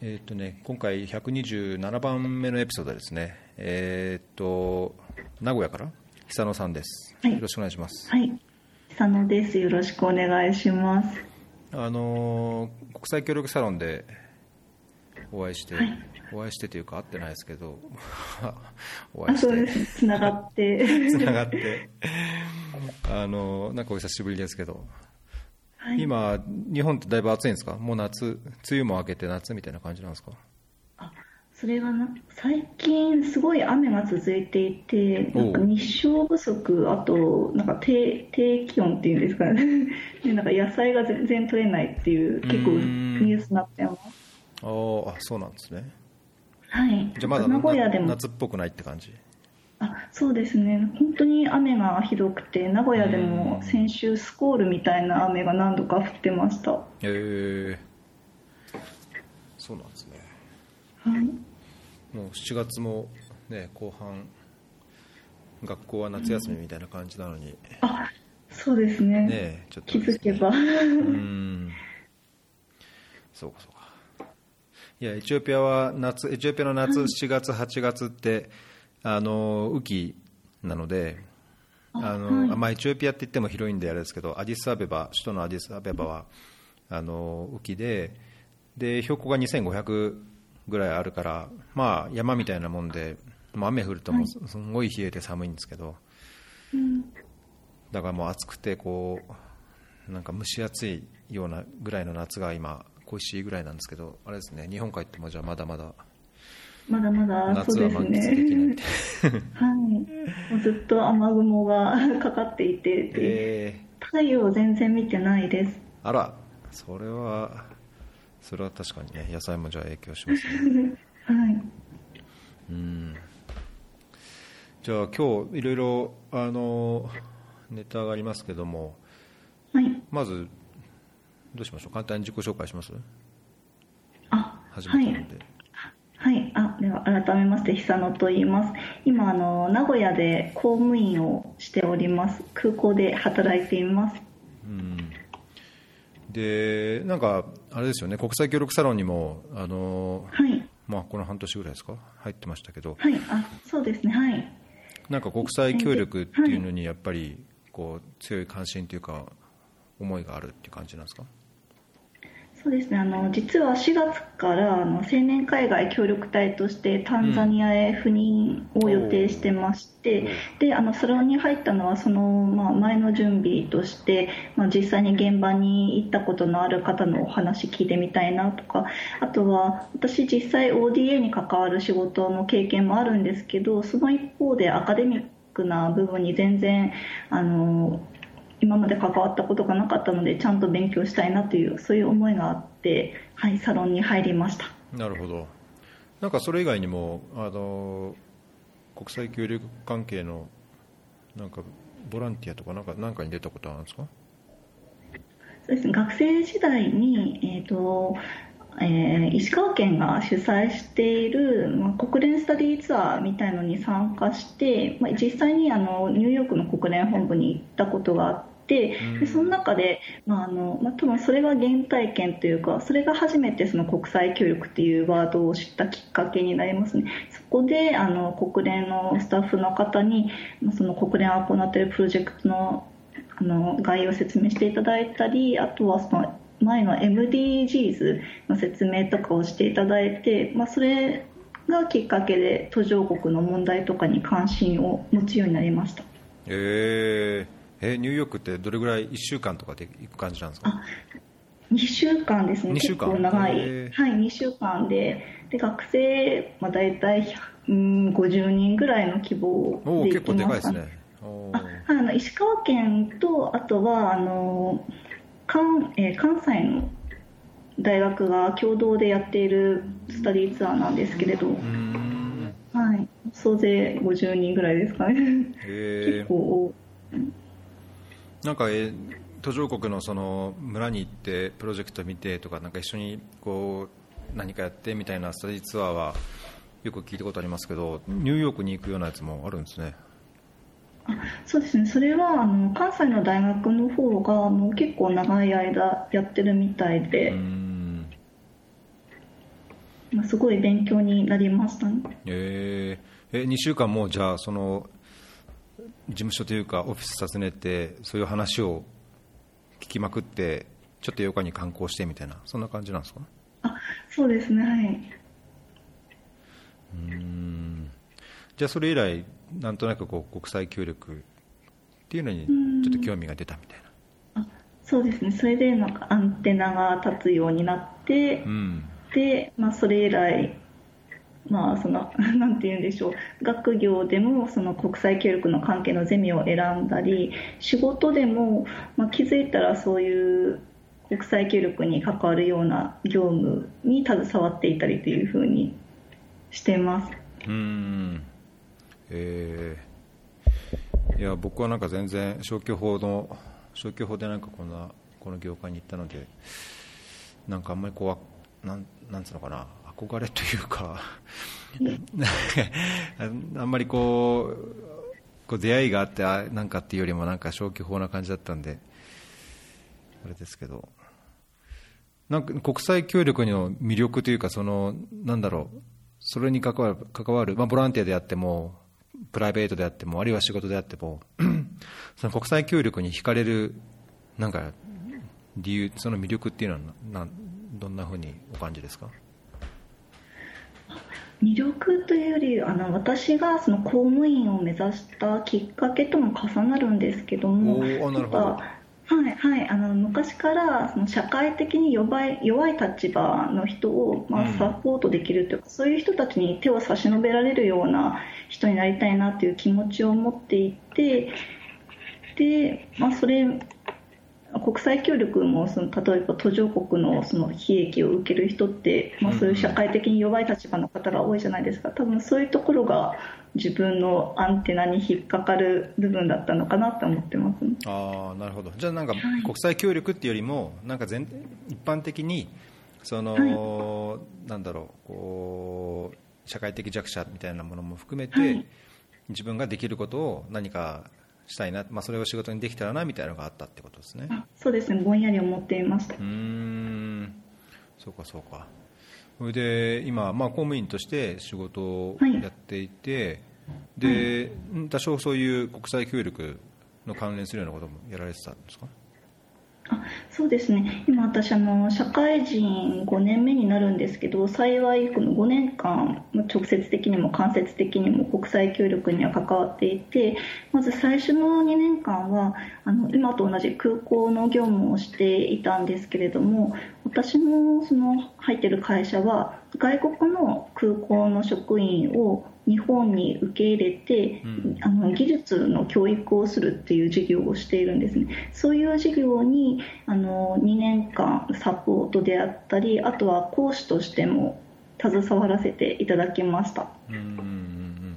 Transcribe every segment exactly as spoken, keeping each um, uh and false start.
えーとね、今回ひゃくにじゅうななばんめのエピソードですね。えーと名古屋から久野さんです、はい、よろしくお願いします。 はい、久野です。よろしくお願いします。 あのー、国際協力サロンでお会いして、はい、お会いしてというか会ってないですけどお会いして、あ、そうです、つながってつながってあのー、なんかお久しぶりですけど、はい、今日本ってだいぶ暑いんですか？もう夏、梅雨も明けて夏みたいな感じなんですか？ あ、それがな、最近すごい雨が続いていて、なんか日照不足、あとなんか 低, 低気温っていうんですかねで、なんか野菜が全然取れないっていう、結構ニュースになってます。 ああ、そうなんですね。 はい。 じゃあまだ名古屋でも夏っぽくないって感じ？ あ、そうですね、本当に雨がひどくて、名古屋でも先週スコールみたいな雨が何度か降ってました。へえー、そうなんですね。 はい、 もうしちがつも、ね、後半学校は夏休みみたいな感じなのに、うん、 あ、そうです ね, ねちょっとですね、気づけばうんそうかそうか。いや、エチオピアは夏、エチオピアの夏、しちがつはちがつってあの雨季なので、あの、はい、まあ、エチオピアって言っても広いんであれですけど、アディスアベバ、首都のアディスアベバはあの雨季で、で標高がにせんごひゃくぐらいあるから、まあ、山みたいなもんで、まあ、雨降るともうすごい冷えて寒いんですけど、はい、だからもう暑くてこうなんか蒸し暑いようなぐらいの夏が今恋しいぐらいなんですけど、あれですね、日本帰ってもじゃあまだまだまだまだ夏は満喫できないみたいな、 はい、もうずっと雨雲がかかっていて、えー、太陽全然見てないです。 あら、それはそれは確かにね、野菜もじゃあ影響しますねはい、 うん、じゃあ今日いろいろあのネタがありますけども、 はい、 まずどうしましょう、簡単に自己紹介します？ あ、 初めてなので、 はい、はい、あ、では改めまして久野と言います。今あの名古屋で公務員をしております。空港で働いています。 うん、でなんかあれですよね、国際協力サロンにもあの、 はい、 まあ、この半年ぐらいですか入ってましたけど、 はい、あ、そうですね、はい、 なんか国際協力っていうのにやっぱりこう強い関心というか思いがあるっていう感じなんですか？ そうですね、あの実はしがつからあの青年海外協力隊としてタンザニアへ赴任を予定してまして、うん、であのサロンに入ったのはその、まあ、前の準備として、まあ、実際に現場に行ったことのある方のお話聞いてみたいなとか、あとは私実際 オーディーエー に関わる仕事の経験もあるんですけど、その一方でアカデミックな部分に全然あの今まで関わったことがなかったので、ちゃんと勉強したいなという、そういう思いがあって、はい、サロンに入りました。 なるほど。なんかそれ以外にもあの国際協力関係のなんかボランティアとかなんか何かに出たことあるんですか？ そうですね、学生時代に、えーとえー、石川県が主催している、まあ、国連スタディツアーみたいのに参加して、まあ、実際にあのニューヨークの国連本部に行ったことがあって、でその中で、まああのまあ、多分それが原体験というか、それが初めてその国際協力というワードを知ったきっかけになりますね。そこであの国連のスタッフの方にその国連が行っているプロジェクトのあの概要を説明していただいたり、あとはその前の エムディージーズ の説明とかをしていただいて、まあ、それがきっかけで途上国の問題とかに関心を持つようになりました。 えー、えー、ニューヨークってどれぐらいいっしゅうかんとかで行く感じなんですか？ あ、にしゅうかんですね。 にしゅうかん、 結構長い、はい、にしゅうかん で, で学生、まあ、大体うんごじゅうにんぐらいの規模で行きました。 お、結構でかいですね。 あ、あの石川県と、あとはあの関, えー、関西の大学が共同でやっているスタディツアーなんですけれど、はい、総勢ごじゅうにんぐらいですかね。結構なんか、えー、途上国のその村に行ってプロジェクト見てとか、なんか一緒にこう何かやってみたいなスタディツアーはよく聞いたことありますけど、ニューヨークに行くようなやつもあるんですね。 あ、そうですね、それはあの関西の大学の方があの結構長い間やってるみたいで、 うーん、 まあ、すごい勉強になりましたね。 えー、えにしゅうかんもじゃあその事務所というかオフィス訪ねてそういう話を聞きまくってちょっとようかんに観光してみたいな、そんな感じなんですか？ あ、そうですね、はい。 うーん、じゃあそれ以来なんとなくこう国際協力っていうのにちょっと興味が出たみたいな。 あ、そうですね、それでなんかアンテナが立つようになって、 うん、 で、まあ、それ以来、まあ、そのなんて言うんでしょう、学業でもその国際協力の関係のゼミを選んだり、仕事でも、まあ、気づいたらそういう国際協力に関わるような業務に携わっていたりというふうにしてます。 うーん、えー、いや僕はなんか全然消去法の消去法でなんかこんなこの業界に行ったので、なんかあんまりこうなんなんつうのかな、憧れというかあんまりこうこう出会いがあってあなんかっていうよりもなんか消去法な感じだったんであれですけど、なんか国際協力の魅力というか、そのなんだろう、それに関わる、関わる、まあ、ボランティアであってもプライベートであってもあるいは仕事であってもその国際協力に惹かれるなんか理由、その魅力っていうのはなどんなふうにお感じですか？ 魅力というより、あの私がその公務員を目指したきっかけとも重なるんですけども、 おー、なるほど。 はいはい、あの昔からその社会的に弱い、弱い立場の人を、まあ、サポートできるというか、うん、そういう人たちに手を差し伸べられるような人になりたいなという気持ちを持っていて、で、まあ、それ国際協力もその例えば途上国のその悲劇を受ける人って、まあ、そういう社会的に弱い立場の方が多いじゃないですか。多分そういうところが自分のアンテナに引っかかる部分だったのかなと思ってます、ね、 ああ、なるほど。じゃあなんか国際協力っていうよりも、なんか全一般的にその、はい、なんだろう、こう社会的弱者みたいなものも含めて、はい、自分ができることを何かしたいな、まあ、それを仕事にできたらなみたいなのがあったってことですね。 あ、そうですね、ぼんやり思っていました。 うーん、そうかそうか。それで今、まあ、公務員として仕事をやっていて、はい、で、はい、多少そういう国際協力の関連するようなこともやられてたんですか？ あ、そうですね、今私あの社会人ごねんめになるんですけど、幸いこのごねんかん直接的にも間接的にも国際協力には関わっていて、まず最初のにねんかんはあの今と同じ空港の業務をしていたんですけれども、私のその入っている会社は外国の空港の職員を日本に受け入れて、うん、あの技術の教育をするっていう事業をしているんですね。そういう事業にあのにねんかんサポートであったり、あとは講師としても携わらせていただきました。 うんうんうん、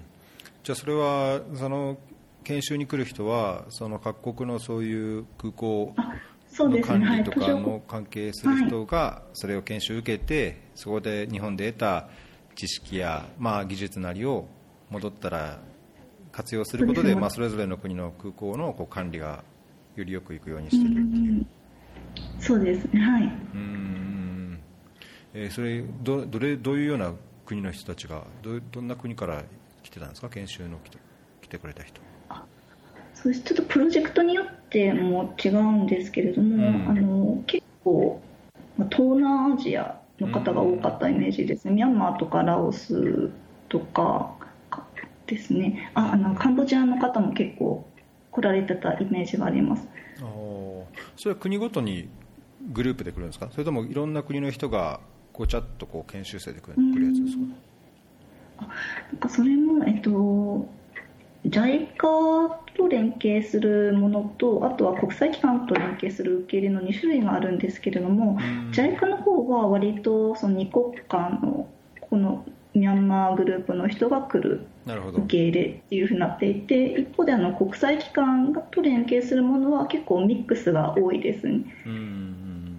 じゃあそれはその研修に来る人はその各国のそういう空港の管理とかの関係する人がそれを研修受けて、そこで日本で得た知識や、まあ、技術なりを戻ったら活用することで、まあ、それぞれの国の空港のこう管理がよりよくいくようにしているっていう。 そうですね、はい。うーん、えー、それ ど, ど, れどういうような国の人たちが ど, どんな国から来てたんですか？研修の来て来てくれた人。 あ、そうです。ちょっとプロジェクトによっても違うんですけれども、うん、あの結構東南アジアの方が多かったイメージですね。ミャンマーとかラオスとかですね。あ、あのカンボジアの方も結構来られてたイメージがあります。 あ、それは国ごとにグループで来るんですか？それともいろんな国の人がごちゃっとこう研修生で来るやつですか？ あ、なんかそれも、えっと、ジャイカ と連携するものと、あとは国際機関と連携する受け入れのに種類があるんですけれども、ジャイカ の方は割とそのに国間のこのミャンマーグループの人が来る受け入れっていうふうになっていて、一方であの国際機関と連携するものは結構ミックスが多いですね。 うん、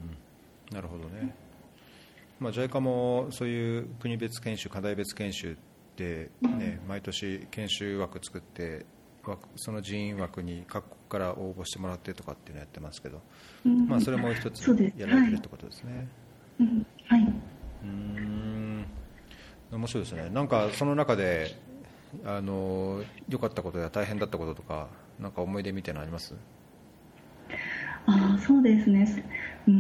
なるほどね。まあ、ジャイカ もそういう国別研修、課題別研修で、ね、毎年研修枠作ってその人員枠に各国から応募してもらってとかっていうのをやってますけど、うん、まあ、それも一つやられてるってことですね。 はい、うん、はい。 うーん、 面白いですね。なんかその中であの良かったことや大変だったこととか、なんか思い出みたいなのあります？ ああ、そうですね。うん、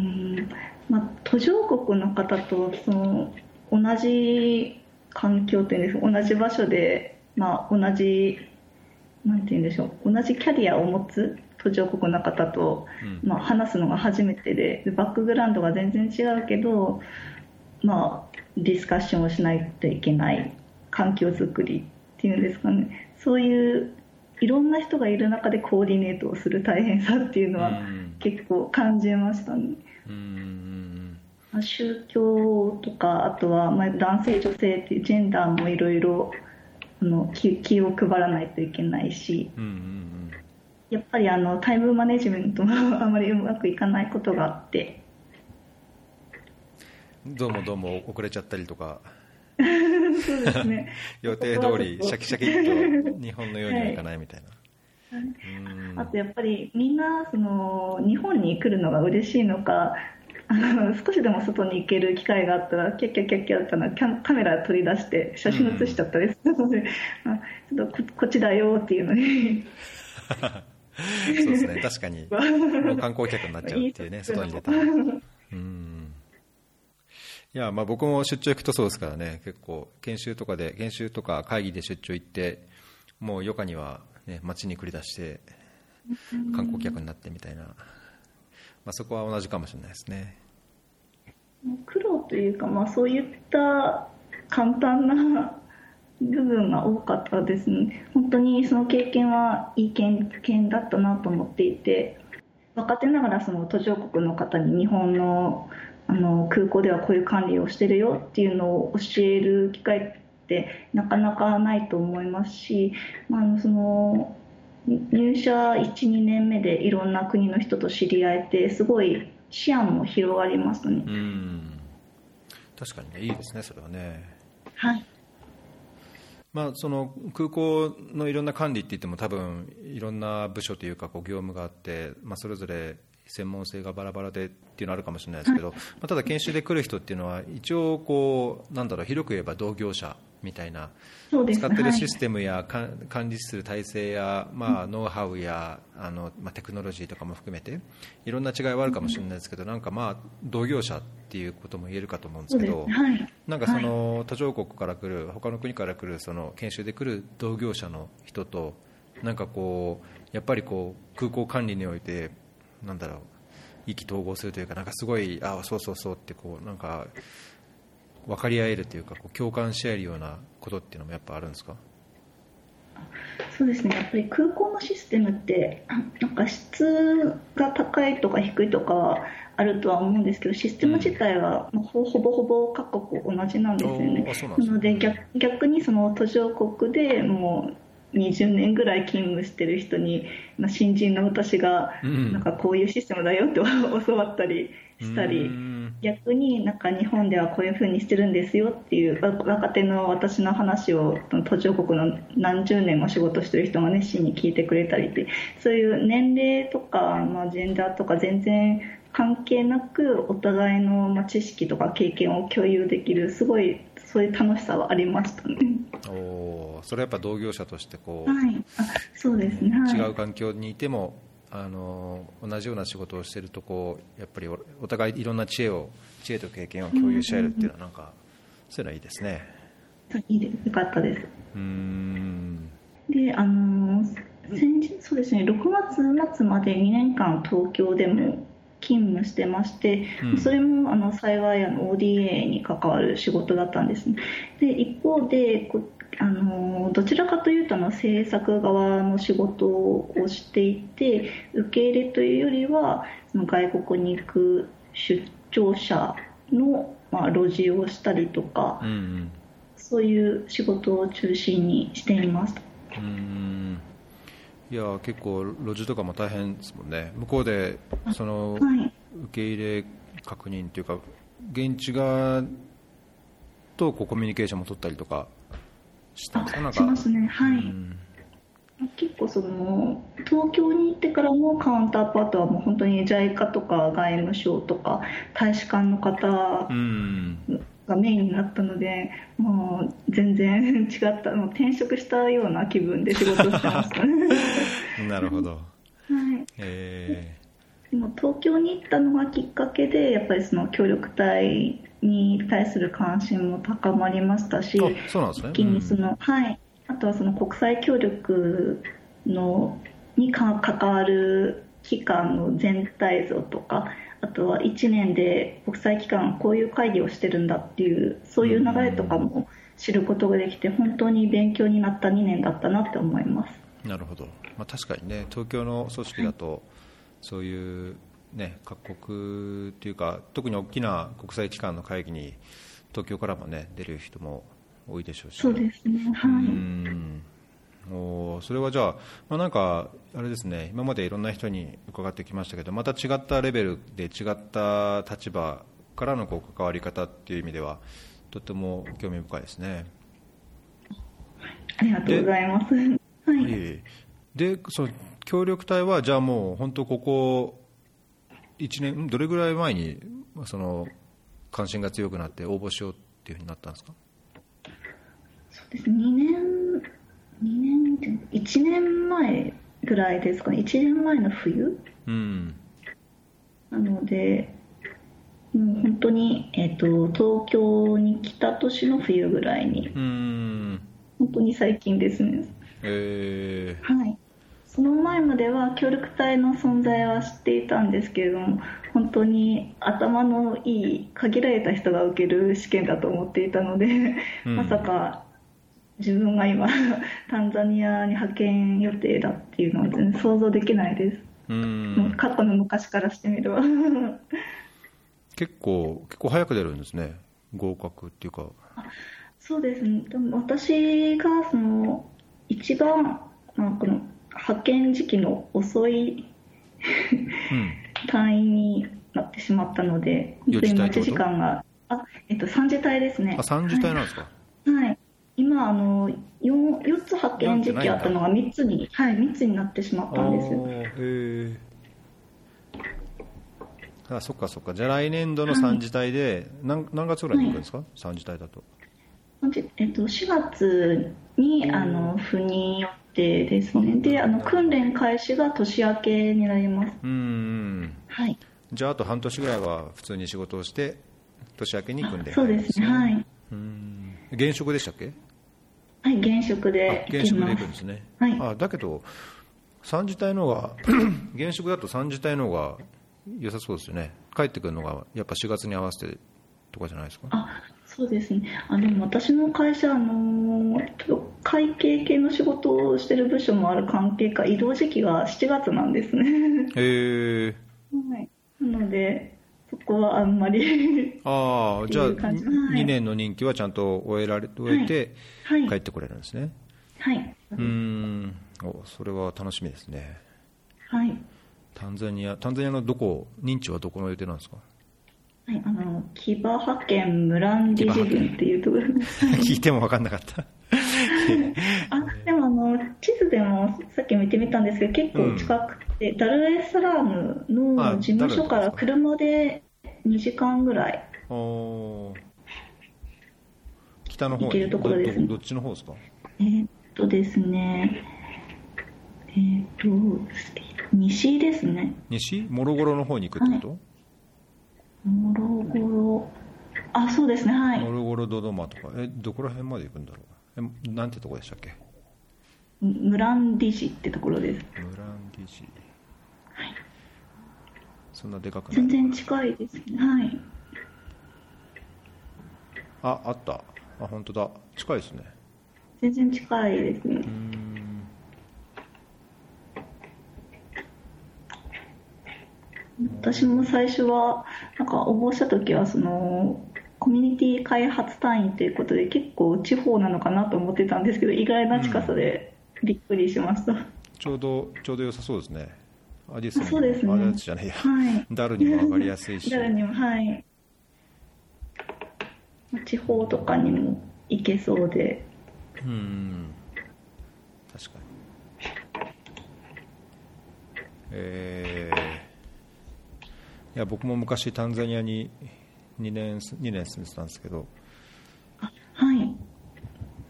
まあ、途上国の方とその同じ環境というんですか、同じ場所で、まあ、同じなんて言うんでしょう、同じキャリアを持つ途上国の方と、 うんまあ、話すのが初めてで、バックグラウンドが全然違うけど、まあ、ディスカッションをしないといけない環境づくりっていうんですかね、そういういろんな人がいる中でコーディネートをする大変さっていうのは結構感じましたね。 うんうんまあ宗教とか、あとはまあ男性女性っていうジェンダーもいろいろあの気、気を配らないといけないし、 うんうんうんやっぱりあのタイムマネジメントもあまりうまくいかないことがあって、 どうもどうも遅れちゃったりとかそうですね予定通りシャキシャキっと日本のようにはいかないみたいな、 はい、 うんあとやっぱりみんなその日本に来るのが嬉しいのか、あの少しでも外に行ける機会があったらキャッキャッキャッキャッとなキャカメラ取り出して写真写しちゃったりするので、うん、あちょっと こ, こっちだよっていうのにそうですね、確かにもう観光客になっちゃうっていうね、外に出たら。うんいやまあ僕も出張行くとそうですからね、結構研修とかで研修とか会議で出張行って、もう余暇には、ね、街に繰り出して観光客になってみたいな、まあ、そこは同じかもしれないですね。 苦労というか、まあ、そういった簡単な部分が多かったですね。本当にその経験はいい経験だったなと思っていて、若手ながらその途上国の方に日本のあの空港ではこういう管理をしてるよっていうのを教える機会ってなかなかないと思いますし、まあ、あのその入社いち、にねんめでいろんな国の人と知り合えて、すごい視野も広がりましたね。 うん確かにね、いいですねそれはね。 はい、 まあ、その空港のいろんな管理って言っても多分いろんな部署というかこう業務があって、まあ、それぞれ専門性がバラバラでっていうのはあるかもしれないですけど、はいまあ、ただ研修で来る人っていうのは一応こうなんだろう、広く言えば同業者みたいな、 そうです、 使ってるシスはい、 テムやか管理する体制や、まあ、ノウハウやあの、まあ、テクノロジーとかも含めていろんな違いはあるかもしれないですけど、なんかまあ同業者っていうことも言えるかと思うんですけど、 はい、 なんかその途上国から来る他の国から来るその研修で来る同業者の人となんかこうやっぱりこう空港管理においてなんだろう、意気投合するというか、なんかすごいあそうそうそうってこうなんか分かり合えるというか、こう共感し合えるようなことっていうのもやっぱあるんですか？ そうですね、やっぱり空港のシステムってなんか質が高いとか低いとかはあるとは思うんですけど、システム自体はほぼほぼ各国同じなんですよね。 あ、そうなんですね。 なので 逆, 逆にその途上国でもうにじゅうねんぐらい勤務してる人に、まあ、新人の私がなんかこういうシステムだよって教わったりしたり、うん、逆になんか日本ではこういう風にしてるんですよっていう若手の私の話を途上国の何十年も仕事してる人が熱心に聞いてくれたりって、そういう年齢とか、まあ、ジェンダーとか全然関係なくお互いのまあ知識とか経験を共有できる、すごいそういう楽しさはありましたね。 おそれはやっぱ同業者としてこう、 はい、あそうですね、はい、 違う環境にいてもあの同じような仕事をしているとこうやっぱり お, お互いいろんな知恵を知恵と経験を共有し合えるっていうのはなんか、そういうのはいいですね。 いいです、よかったです。 うーんであの先日そうですね、ろくがつ末までにねんかん東京でも勤務してまして、うん、それもあの幸いあの オーディーエー に関わる仕事だったんですね。で一方でこあのどちらかというとの制作側の仕事をしていて、受け入れというよりはその外国に行く出張者の、まあ、路地をしたりとか、うんうん、そういう仕事を中心にしています。 うーんいや結構路地とかも大変ですもんね。向こうでその、はい、受け入れ確認というか現地側とこうコミュニケーションも取ったりとかしたんですか？なんかしますね、はい、うん、結構その東京に行ってからもカウンターパートはもう本当にジャイカとか外務省とか大使館の方がメインになったので、もう全然違った、もう転職したような気分で仕事をしてましたね。 なるほど。 はい。 えでも東京に行ったのがきっかけで、やっぱりその協力隊に対する関心も高まりましたし、 ー、あ、そうなんですね。 一気にその、はい、あとはその国際協力のにか関わる機関の全体像とか、あとはいちねんで国際機関がこういう会議をしてるんだっていう、そういう流れとかも知ることができて、本当に勉強になったにねんだったなって思います。 なるほど、まあ、確かにね、東京の組織だと、はい、そういう、ね、各国っていうか、特に大きな国際機関の会議に東京からも、ね、出る人も多いでしょうし。 そうですね、はい。 うんおそれはじゃあ、まあ、なんかあれですね、今までいろんな人に伺ってきましたけど、また違ったレベルで違った立場からのこう関わり方っていう意味ではとても興味深いですね。 ありがとうございます。はい、 で、その協力隊はじゃあもう本当ここいちねん、どれぐらい前にその関心が強くなって応募しようっていうふうになったんですか？ そうです、にねん、にねん、いちねんまえぐらいですかね。いちねんまえの冬、 うん、 なのでもう本当に、えーと、東京に来た年の冬ぐらいに、 うん、 本当に最近ですね。 えーはい、その前までは協力隊の存在は知っていたんですけれども、本当に頭のいい限られた人が受ける試験だと思っていたので、うん、まさか自分が今タンザニアに派遣予定だっていうのは全然想像できないです。うん、過去の昔からしてみれば結構結構早く出るんですね、合格っていうか。 そうですね、でも私がその一番、まあ、この派遣時期の遅い単位になってしまったので、本当に待ち時間が、あ、えっと、さん次隊ですね。 あ、さん次隊なんですか？ はい、はい、今あの 4, 4つ派遣時期あったのがみっつに、はい、みっつになってしまったんですよ。 へー、あ、そっかそっか。じゃあ来年度のさん次隊で、はい、何, 何月ぐらいに行くんですか？はい、さん次隊だと。 えっと、しがつにあの赴任予定ですね。で、あの訓練開始が年明けになります。 うん、 はい、 じゃああと半年ぐらいは普通に仕事をして年明けに訓練。 そうですね、はい。 うん、現職でしたっけ？ はい、現職で行きます。 現職で行くんですね。はい、あ、だけどさん次隊の方が現職だとさん次隊の方が良さそうですよね。帰ってくるのがやっぱしがつに合わせてとかじゃないですか？ あ、そうですね。あ、でも私の会社、あのー、会計系の仕事をしている部署もある関係か、移動時期がしちがつなんですね。 へえ。 はい、なのでそこはあんまりああ、じゃあにねんの任期はちゃんと終えられ終えて帰ってこれるんですね。 はい、はい、 うーん、お、それは楽しみですね。 はい。 タンザニア、タンザニアのどこ、認知はどこの予定なんですか？ はい、あのキバ派遣ムランディジ郡っていうところ聞いても分かんなかったあ、でもあの地図でもさっき見てみたんですけど結構近くて、うん、ダルエスサラームの事務所から車でにじかんぐらい北の方に行けるところですね。 ど, どっちの方ですか？ えー、っとですねえー、っと西ですね。 西？モロゴロの方に行くってこと？はい、 モロゴロ、あ、そうですね、はい。 モロゴロドドマとか、え、どこら辺まで行くんだろう。え、なんてとこでしたっけ？ ムランディジってところです。 ムランディジ、 はい、 そんなでかくない？ 全然近いですね。はい。 あ、あった。あ、本当だ、近いですね。 全然近いですね。 うーん、 私も最初はなんか応募した時はそのコミュニティ開発単位ということで結構地方なのかなと思ってたんですけど、意外な近さでびっくりしました。うん、 ちょうどちょうど良さそうですね。アディスにも、 そうですね、 アディスじゃないや、 はい、 ダルにも上がりやすいしダルにも、はい、地方とかにも行けそうで、 うん、確かに。えー、いや僕も昔タンザニアににねん、にねん住んでたんですけど、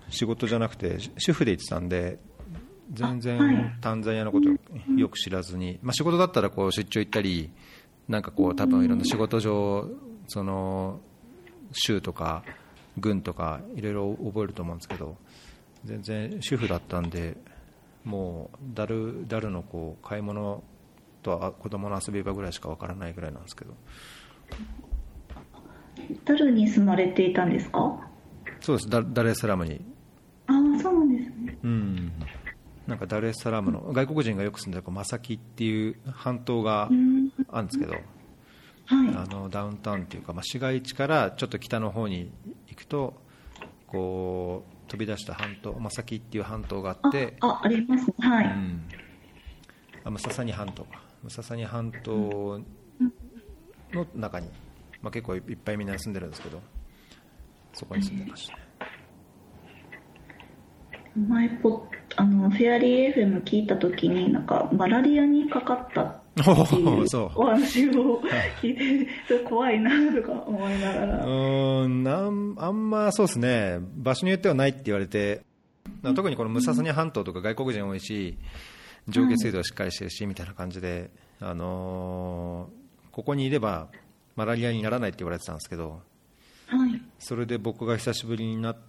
仕事じゃなくて主婦で行ってたんで、全然タンザニアのことをよく知らずに、まあ、仕事だったらこう出張行ったり、なんかこう多分いろんな仕事上、その州とか郡とかいろいろ覚えると思うんですけど、全然主婦だったんで、もうダルダルのこう買い物と子供の遊び場ぐらいしかわからないぐらいなんですけど。 ダルに住まれていたんですか？ そうです、ダ、ダルエスサラムに。 ああ、そうなんですね。 うん、なんかダルエスサラムの外国人がよく住んでるマサキっていう半島があるんですけど、はい、あのダウンタウンっていうか、まあ、市街地からちょっと北の方に行くとこう飛び出した半島、マサキっていう半島があって、 ああ、ありますね、はい、うん、 あムササニ半島かムササニ半島の中に、まあ、結構いっぱいみんな住んでるんですけど、そこに住んでましたね。 前ポあのフェアリー エフエム 聞いたときになんかマラリアにかかったっていうお話を聞いてちょっと怖いなとか思いながら、うーんなんあんまそうですね、場所によってはないって言われて、特にこのムササニ半島とか外国人多いし、上下水道しっかりしてるし、はい、みたいな感じで、あのー、ここにいればマラリアにならないって言われてたんですけど、 はい、 それで僕が久しぶりになって、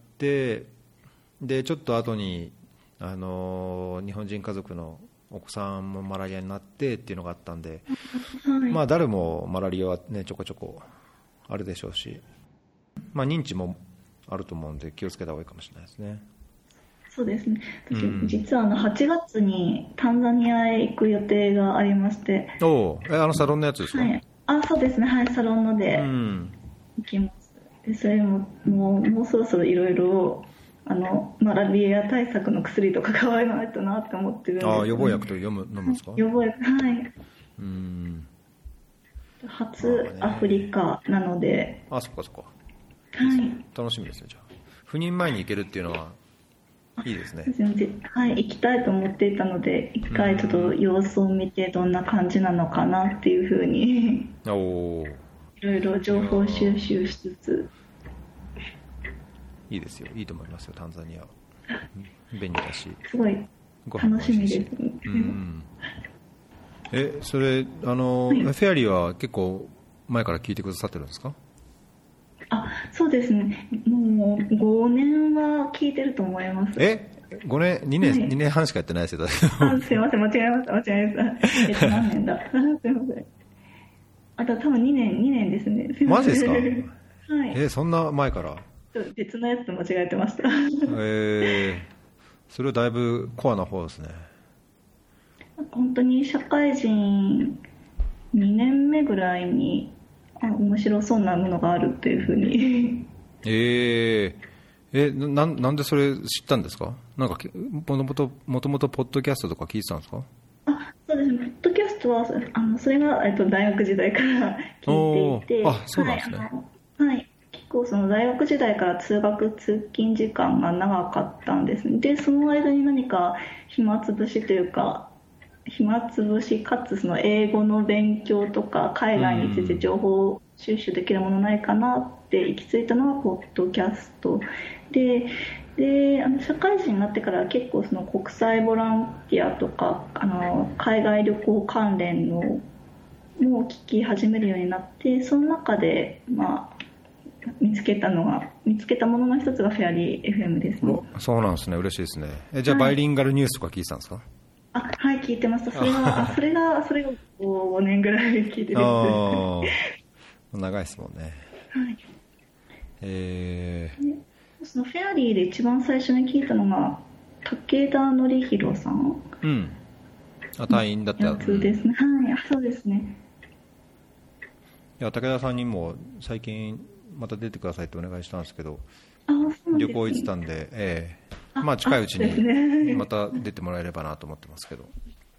でちょっと後に、あのー、日本人家族のお子さんもマラリアになってっていうのがあったんで、はい、まあ、誰もマラリアは、ね、ちょこちょこあるでしょうし、まあ、認知もあると思うんで気をつけた方がいいかもしれないですね。 そうですね、私、うん、実はあのはちがつにタンザニアへ行く予定がありまして。 おえあのサロンのやつですか？ はい、あそうですね、はい、サロンので行きます、うん、でそれももう、もうそろそろいろいろあのマラリア対策の薬とか買わないとなって思ってるんです、ね、 あ予防薬と読む飲むんですか？ 予防薬、はい、 うん、 初アフリカなので、 あ、ね、あそっかそっか、 はい、 楽しみですね。じゃあ赴任前に行けるっていうのはいいですね。 はい、行きたいと思っていたので、一回ちょっと様子を見てどんな感じなのかなっていうふうにおいろいろ情報収集しつつ。 いいですよ、いいと思いますよ、タンザニア便利だし、 すごい楽しみです、うん、 えそれあの、はい、フェアリーは結構前から聞いてくださってるんですか？ あそうですね、もうごねんは聞いてると思います。 えごねん にねん、はい、にねんはんしかやってないですよ。 あすいません、間違えました間違えましたえっと何年だすいません、あと多分にねんにねんですね。 マジですか？はい、 えそんな前から別のやつと間違えてましたえー、それはだいぶコアな方ですね。 本当に社会人にねんめぐらいにあ面白そうなものがあるというふうにえー、えな, なんでそれ知ったんですか？なんかもともともともとポッドキャストとか聞いてたんですか？ あそうですね、ポッドキャストはあのそれが、えっと、大学時代から聞いていて、 あそうなんですね、 はい、はい、結構その大学時代から通学通勤時間が長かったんですね。でその間に何か暇つぶしというか暇つぶしかつその英語の勉強とか海外について情報収集できるものないかなって行き着いたのがポッドキャストで、であの社会人になってから結構その国際ボランティアとかあの海外旅行関連のも聞き始めるようになって、その中で、まあ、見つけたのが見つけたものの一つがフェアリー エフエム ですね。 そうなんですね、嬉しいですね。えじゃあ、はい、バイリンガルニュースとか聞いてたんですか？ あはい、聞いてました。それがあそれがそれがごねんぐらい聞いてるあ長いですもんね。 はい、 えー、 そのフェアリーで一番最初に聞いたのが武田典弘さん、 うん、あ隊員だったやつですね、うん、はい、そうですね。 いや武田さんにも最近また出てくださいってお願いしたんですけど、 あそうなんですね、 旅行行ってたんで、えーまあ、近いうちにまた出てもらえればなと思ってますけど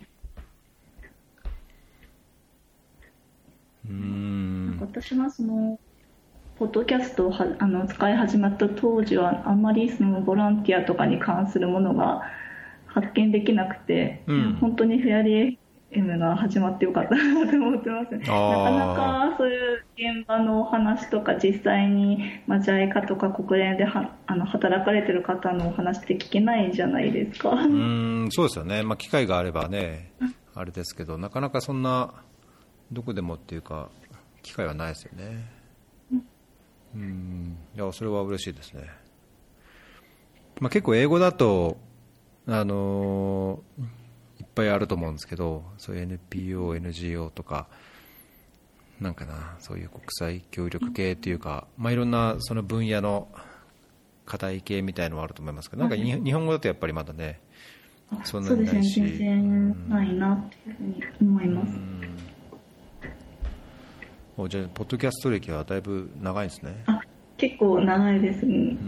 うーん私はそのポッドキャストをはあの使い始まった当時はあんまりそのボランティアとかに関するものが発見できなくて、うん、本当にフェアリーエム が始まってよかったなと思ってますね。なかなかそういう現場のお話とか、実際に、まあ、ジャイカとか国連ではあの働かれてる方のお話って聞けないじゃないですか。 うーん、そうですよね、まあ、機会があればねあれですけど、なかなかそんなどこでもっていうか機会はないですよね。うん、いやそれは嬉しいですね。まあ、結構英語だとあのーいっぱいあると思うんですけど、そういう エヌピーオー、エヌジーオー とかなんかな、そういう国際協力系っていうか、まあ、いろんなその分野の課題系みたいのはあると思いますけど、なんかに日本語だとやっぱりまだねそんなにないし、 そうですね、全然ないなっていうふうに思います。 おじゃあポッドキャスト歴はだいぶ長いんですね。 あ、結構長いですね。 うん、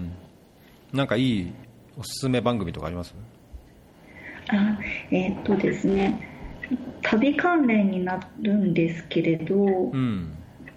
なんかいいおすすめ番組とかあります？ あ、えーっとですね、旅関連になるんですけれど、 うん、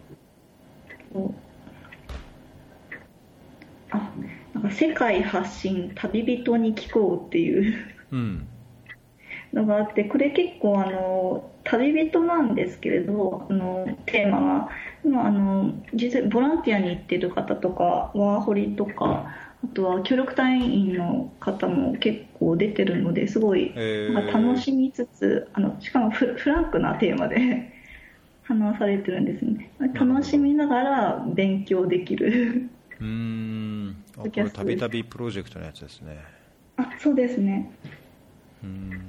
あ、なんか世界発信旅人に聞こうっていううんのがあって、これ結構あの旅人なんですけれど、あのテーマが今あの実際ボランティアに行ってる方とかワーホリとか、あとは協力隊員の方も結構出てるので、すごいなんか楽しみつつ、あのしかもフランクなテーマで話されてるんですね。楽しみながら勉強できるうーん、あ、これたびたびプロジェクトのやつですね。 あ、そうですね。 うーん、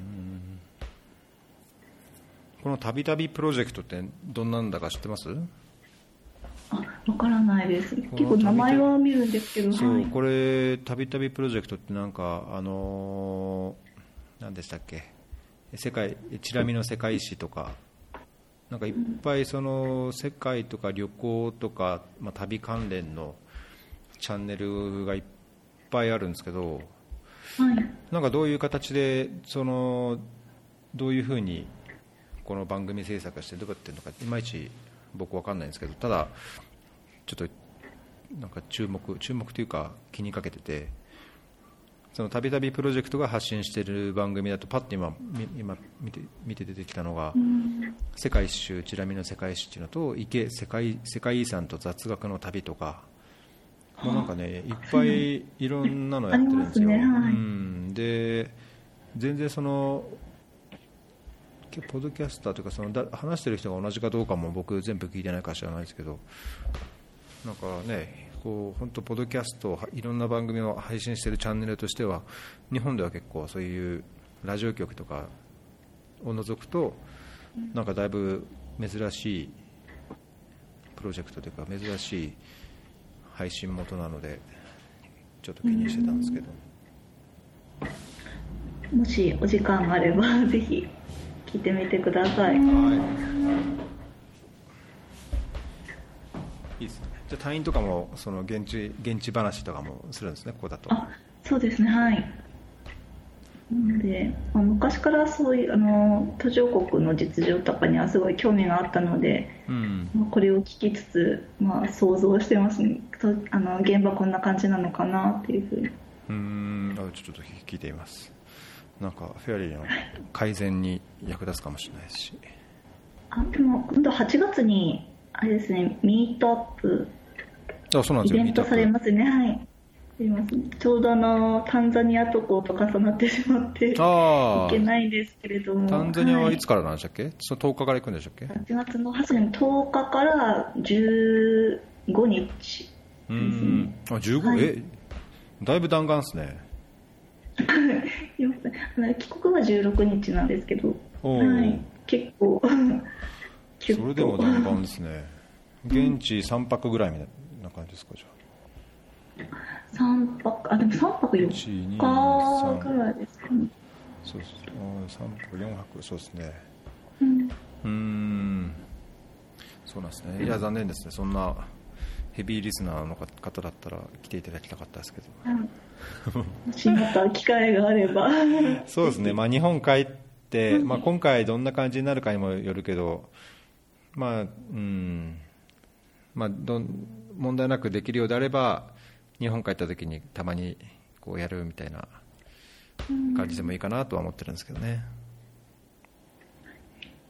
このたびたびプロジェクトってどんなんだか知ってます？ あ、わからないです。結構名前は見るんですけど、 そう、 はい、 これたびたびプロジェクトってなんかあのー、何でしたっけ、世界チラ見の世界史とかなんかいっぱいその世界とか旅行とか、まあ、旅関連のチャンネルがいっぱいあるんですけど、 はい、 なんかどういう形でそのどういうふうにこの番組制作してどうやってるのかいまいち僕分かんないんですけど、ただちょっとなんか注目注目というか気にかけてて、そのたびたびプロジェクトが発信している番組だとパッと今今見て見て出てきたのが、うん、世界一周チラ見の世界史っていうのと池世界世界遺産と雑学の旅とか、もうなんかねいっぱいいろんなのやってるんですよ。 ね、はい、 うん、で全然そのポッドキャスターというかそのだ話してる人が同じかどうかも僕全部聞いてないから知らないですけど、なんかねこう本当ポッドキャストいろんな番組を配信しているチャンネルとしては日本では結構そういうラジオ局とかを除くとなんかだいぶ珍しいプロジェクトというか珍しい配信元なのでちょっと気にしてたんですけど、 もしお時間があればぜひ聞いてみてください。 はい、いいですね。じゃあ隊員とかもその現地現地話とかもするんですね、ここだと。 あ、そうですね、はい。なので、まあ、昔からそういうあの途上国の実情とかにはすごい興味があったので、うんまあ、これを聞きつつ、まあ、想像してますね。とあの現場こんな感じなのかなっていうふうに。 うーん、あ、ちょっと聞いています。なんかフェアリーの改善に役立つかもしれないし、 あ、でも今度はちがつにあれですね、ミートアップあ、そうなんですよ、 イベントされますね。はい、ちょうどあのタンザニア渡航と重なってしまって行けないんですけれども、 タンザニアはいつからなんでしたっけ、はい、そのとおかから行くんでしたっけ。 はちがつのとおかからじゅうごにちですね。うんあ、じゅうご、はい、えだいぶ弾丸ですね。 帰国はじゅうろくにちなんですけど、はい、結構それでも弾丸ですね。現地さんぱくぐらいみたいな感じですか。じゃあさんぱく、あ、でもさんぱくよっかぐらいですかね。 そうです、さんぱくよんはく、そうですね。 うん、 うーん、そうなんですね。いや残念ですね。そんなヘビーリスナーの方だったら来ていただきたかったですけど、 うん、もしまた機会があればそうですね、まあ、日本帰って、まあ、今回どんな感じになるかにもよるけど、まあうんまあ、ど問題なくできるようであれば日本帰った時にたまにこうやるみたいな感じでもいいかなとは思ってるんですけどね。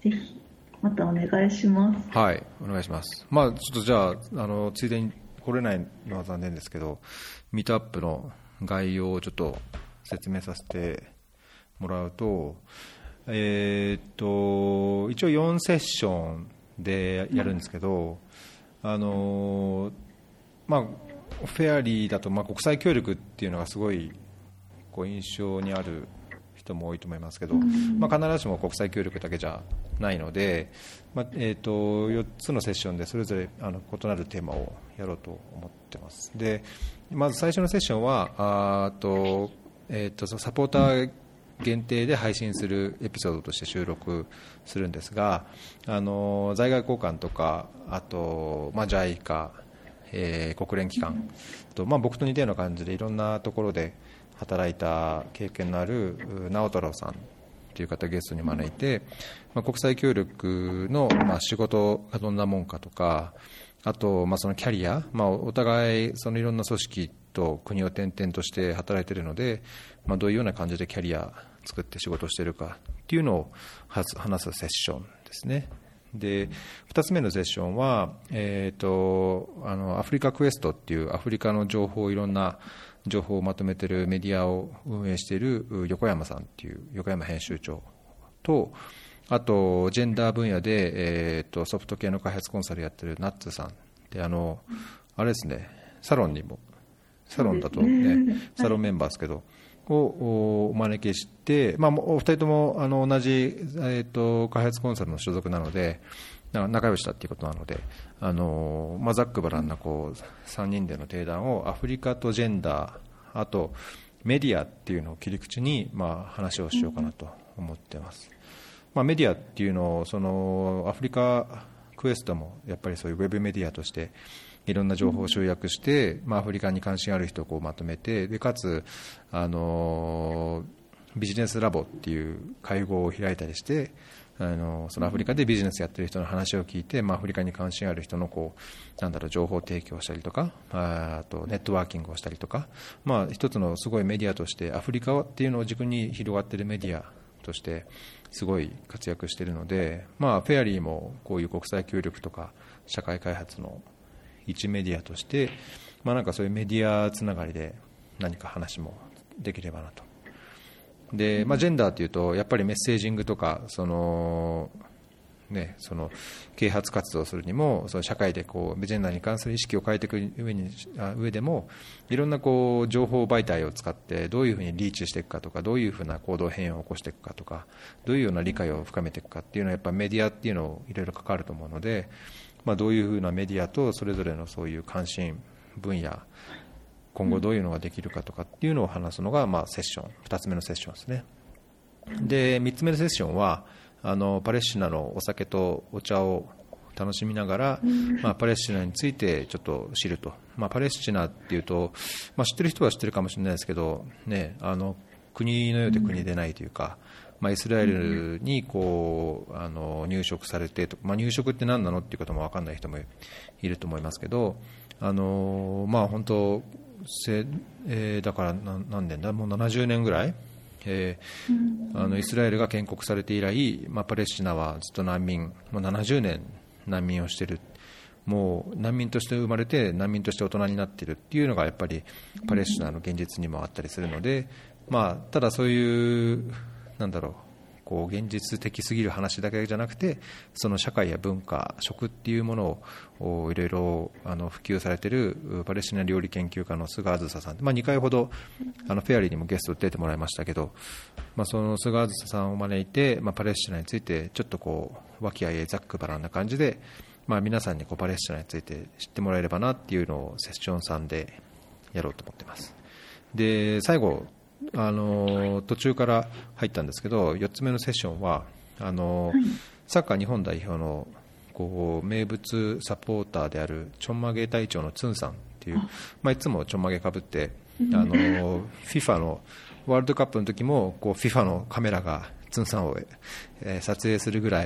ぜひまたお願いします。 はい、お願いします。まあ、ちょっとじゃあ、あのついでに来れないのは残念ですけど、ミートアップの概要をちょっと説明させてもらうと、えー、っと一応よんセッションでやるんですけど、うん、あのまあ、フェアリーだと、まあ、国際協力っていうのがすごいこう印象にある人も多いと思いますけど、まあ、必ずしも国際協力だけじゃないので、まあえー、とよっつのセッションでそれぞれあの異なるテーマをやろうと思ってます。でまず最初のセッションはあと、えー、とサポーター限定で配信するエピソードとして収録するんですが、あの在外交換とか、あと、まあ、ジャイカ、えー、国連機関と、まあ、僕と似たような感じでいろんなところで働いた経験のある直太朗さんという方をゲストに招いて、まあ、国際協力の、まあ、仕事がどんなもんかとか、あと、まあ、そのキャリア、まあ、お互いそのいろんな組織と国を転々として働いているので、まあ、どういうような感じでキャリア作って仕事をしているかっていうのを話すセッションですね。でふたつめのセッションは、えー、とあのアフリカクエストっていうアフリカの情報、いろんな情報をまとめているメディアを運営している横山さんっていう横山編集長と、あとジェンダー分野で、えー、とソフト系の開発コンサルやってるナッツさんで、あのあれですね、サロンにもサロンだと、ね、サロンメンバーですけど、をお招きして、まあ、お二人ともあの同じ、えー、と開発コンサルの所属なので仲良しだということなので、あの、まあ、ざっくばらんなこうさんにんでの定談をアフリカとジェンダー、あとメディアっていうのを切り口に、まあ、話をしようかなと思っています。まあ、メディアっていうのをそのアフリカクエストもやっぱりそういうウェブメディアとしていろんな情報を集約して、まあ、アフリカに関心ある人をこうまとめて、でかつあのビジネスラボっていう会合を開いたりして、あのそのアフリカでビジネスやってる人の話を聞いて、まあ、アフリカに関心ある人のこうなんだろう情報提供したりとか、あとネットワーキングをしたりとか、まあ、一つのすごいメディアとしてアフリカっていうのを軸に広がっているメディアとしてすごい活躍しているので、まあ、フェアリーもこういう国際協力とか社会開発の一メディアとして、まあ、なんかそういうメディアつながりで何か話もできればなと。で、まあ、ジェンダーというとやっぱりメッセージングとかその、ね、その啓発活動をするにもその社会でこうジェンダーに関する意識を変えていく上に上でもいろんなこう情報媒体を使ってどういうふうにリーチしていくかとか、どういうふうな行動変容を起こしていくかとか、どういうような理解を深めていくかっていうのはやっぱメディアっていうのをいろいろ関わると思うので、まあ、どういうふうなメディアとそれぞれのそういう関心分野、今後どういうのができるかとかっていうのを話すのが、まあ、セッションふたつめのセッションですね。でみっつめのセッションはあのパレスチナのお酒とお茶を楽しみながら、まあ、パレスチナについてちょっと知ると、まあ、パレスチナっていうと、まあ、知ってる人は知ってるかもしれないですけど、ね、あの国のようで国でないというか、まあ、イスラエルにこうあの入植されてと、まあ、入植って何なのっていうことも分かんない人もいると思いますけど、あの、まあ、本当せ、えー、だから何, 何年だもうななじゅうねんぐらい、えー、あのイスラエルが建国されて以来、まあ、パレスチナはずっと難民、もうななじゅうねん難民をしている、もう難民として生まれて難民として大人になっているっていうのがやっぱりパレスチナの現実にもあったりするので、まあ、ただそういうなんだろうこう現実的すぎる話だけじゃなくて、その社会や文化、食っていうものをいろいろあの普及されているパレスチナ料理研究家の菅あずささん、まあ、にかいほどあのフェアリーにもゲストで出てもらいましたけど、まあ、その菅あずささんを招いて、まあ、パレスチナについてちょっとこう和気あいあいざっくばらんな感じで、まあ、皆さんにこうパレスチナについて知ってもらえればなっていうのをセッションさんでやろうと思っています。で最後あの途中から入ったんですけど、よっつめのセッションはあの、はい、サッカー日本代表のこう名物サポーターであるちょんまげ隊長のツンさんっていう、まあ、いつもちょんまげかぶってあの FIFA のワールドカップの時もこう FIFA のカメラがツンさんを、えー、撮影するぐらい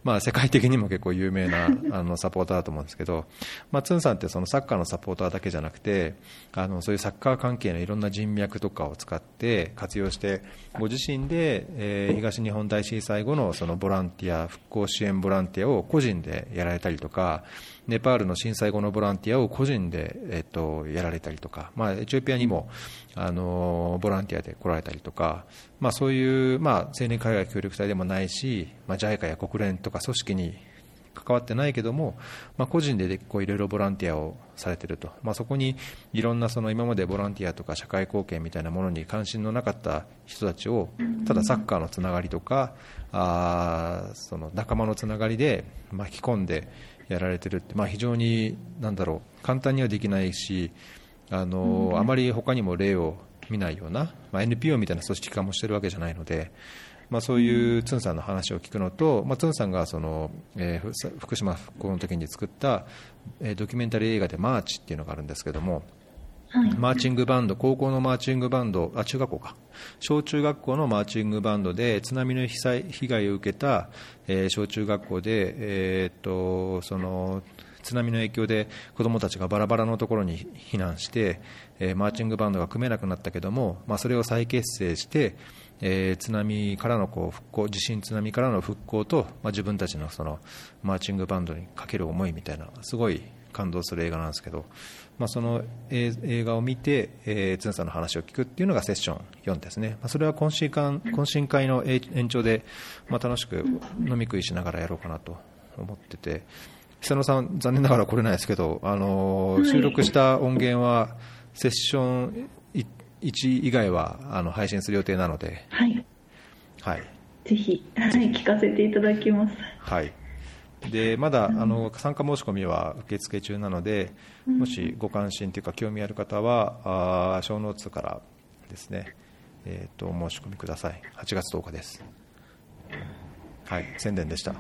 まあ、世界的にも結構有名なあのサポーターだと思うんですけど、まあ、ツンさんってそのサッカーのサポーターだけじゃなくて、あのそういうサッカー関係のいろんな人脈とかを使って活用して、ご自身で、えー、東日本大震災後のそのボランティア、復興支援ボランティアを個人でやられたりとか、ネパールの震災後のボランティアを個人で、えっと、やられたりとか、まあ、エチオピアにもあのボランティアで来られたりとか、まあ、そういう、まあ、青年海外協力隊でもないし、まあ、ジャイカ や国連とか組織に関わってないけども、まあ、個人でこういろいろボランティアをされていると、まあ、そこにいろんなその今までボランティアとか社会貢献みたいなものに関心のなかった人たちを、ただサッカーのつながりとか、あその仲間のつながりで巻き込んでやられているって、まあ、非常になんだろう、簡単にはできないし、あのあまり他にも例を見ないような、まあ、エヌピーオー みたいな組織化もしているわけじゃないので、まあ、そういうツンさんの話を聞くのと、まあ、ツンさんがその、えー、福島復興の時に作った、えー、ドキュメンタリー映画でマーチっていうのがあるんですけども、はい、マーチングバンド、高校のマーチングバンド、あ、中学校か、小中学校のマーチングバンドで津波の被災被害を受けた、えー、小中学校で、えー、っとその津波の影響で子どもたちがバラバラのところに避難して、えー、マーチングバンドが組めなくなったけども、まあ、それを再結成して、えー、津波からのこう復興、地震津波からの復興と、まあ、自分たちのそのマーチングバンドにかける思いみたいな、すごい感動する映画なんですけど、まあ、その映画を見て、えー、ツンさんの話を聞くっていうのがセッションよんですね。まあ、それは懇親会、懇親会の延長で、まあ、楽しく飲み食いしながらやろうかなと思ってて、久野さん残念ながら来れないですけど、あのー、収録した音源はセッションいち以外はあの配信する予定なので、 はい、 はい、 ぜひ、はい、聞かせていただきます。 はい、でまだあの参加申し込みは受付中なので、うん、もしご関心というか興味ある方はあショーノーツからですね、えー、とお申し込みください。はちがつとおかです。はい、宣伝でした。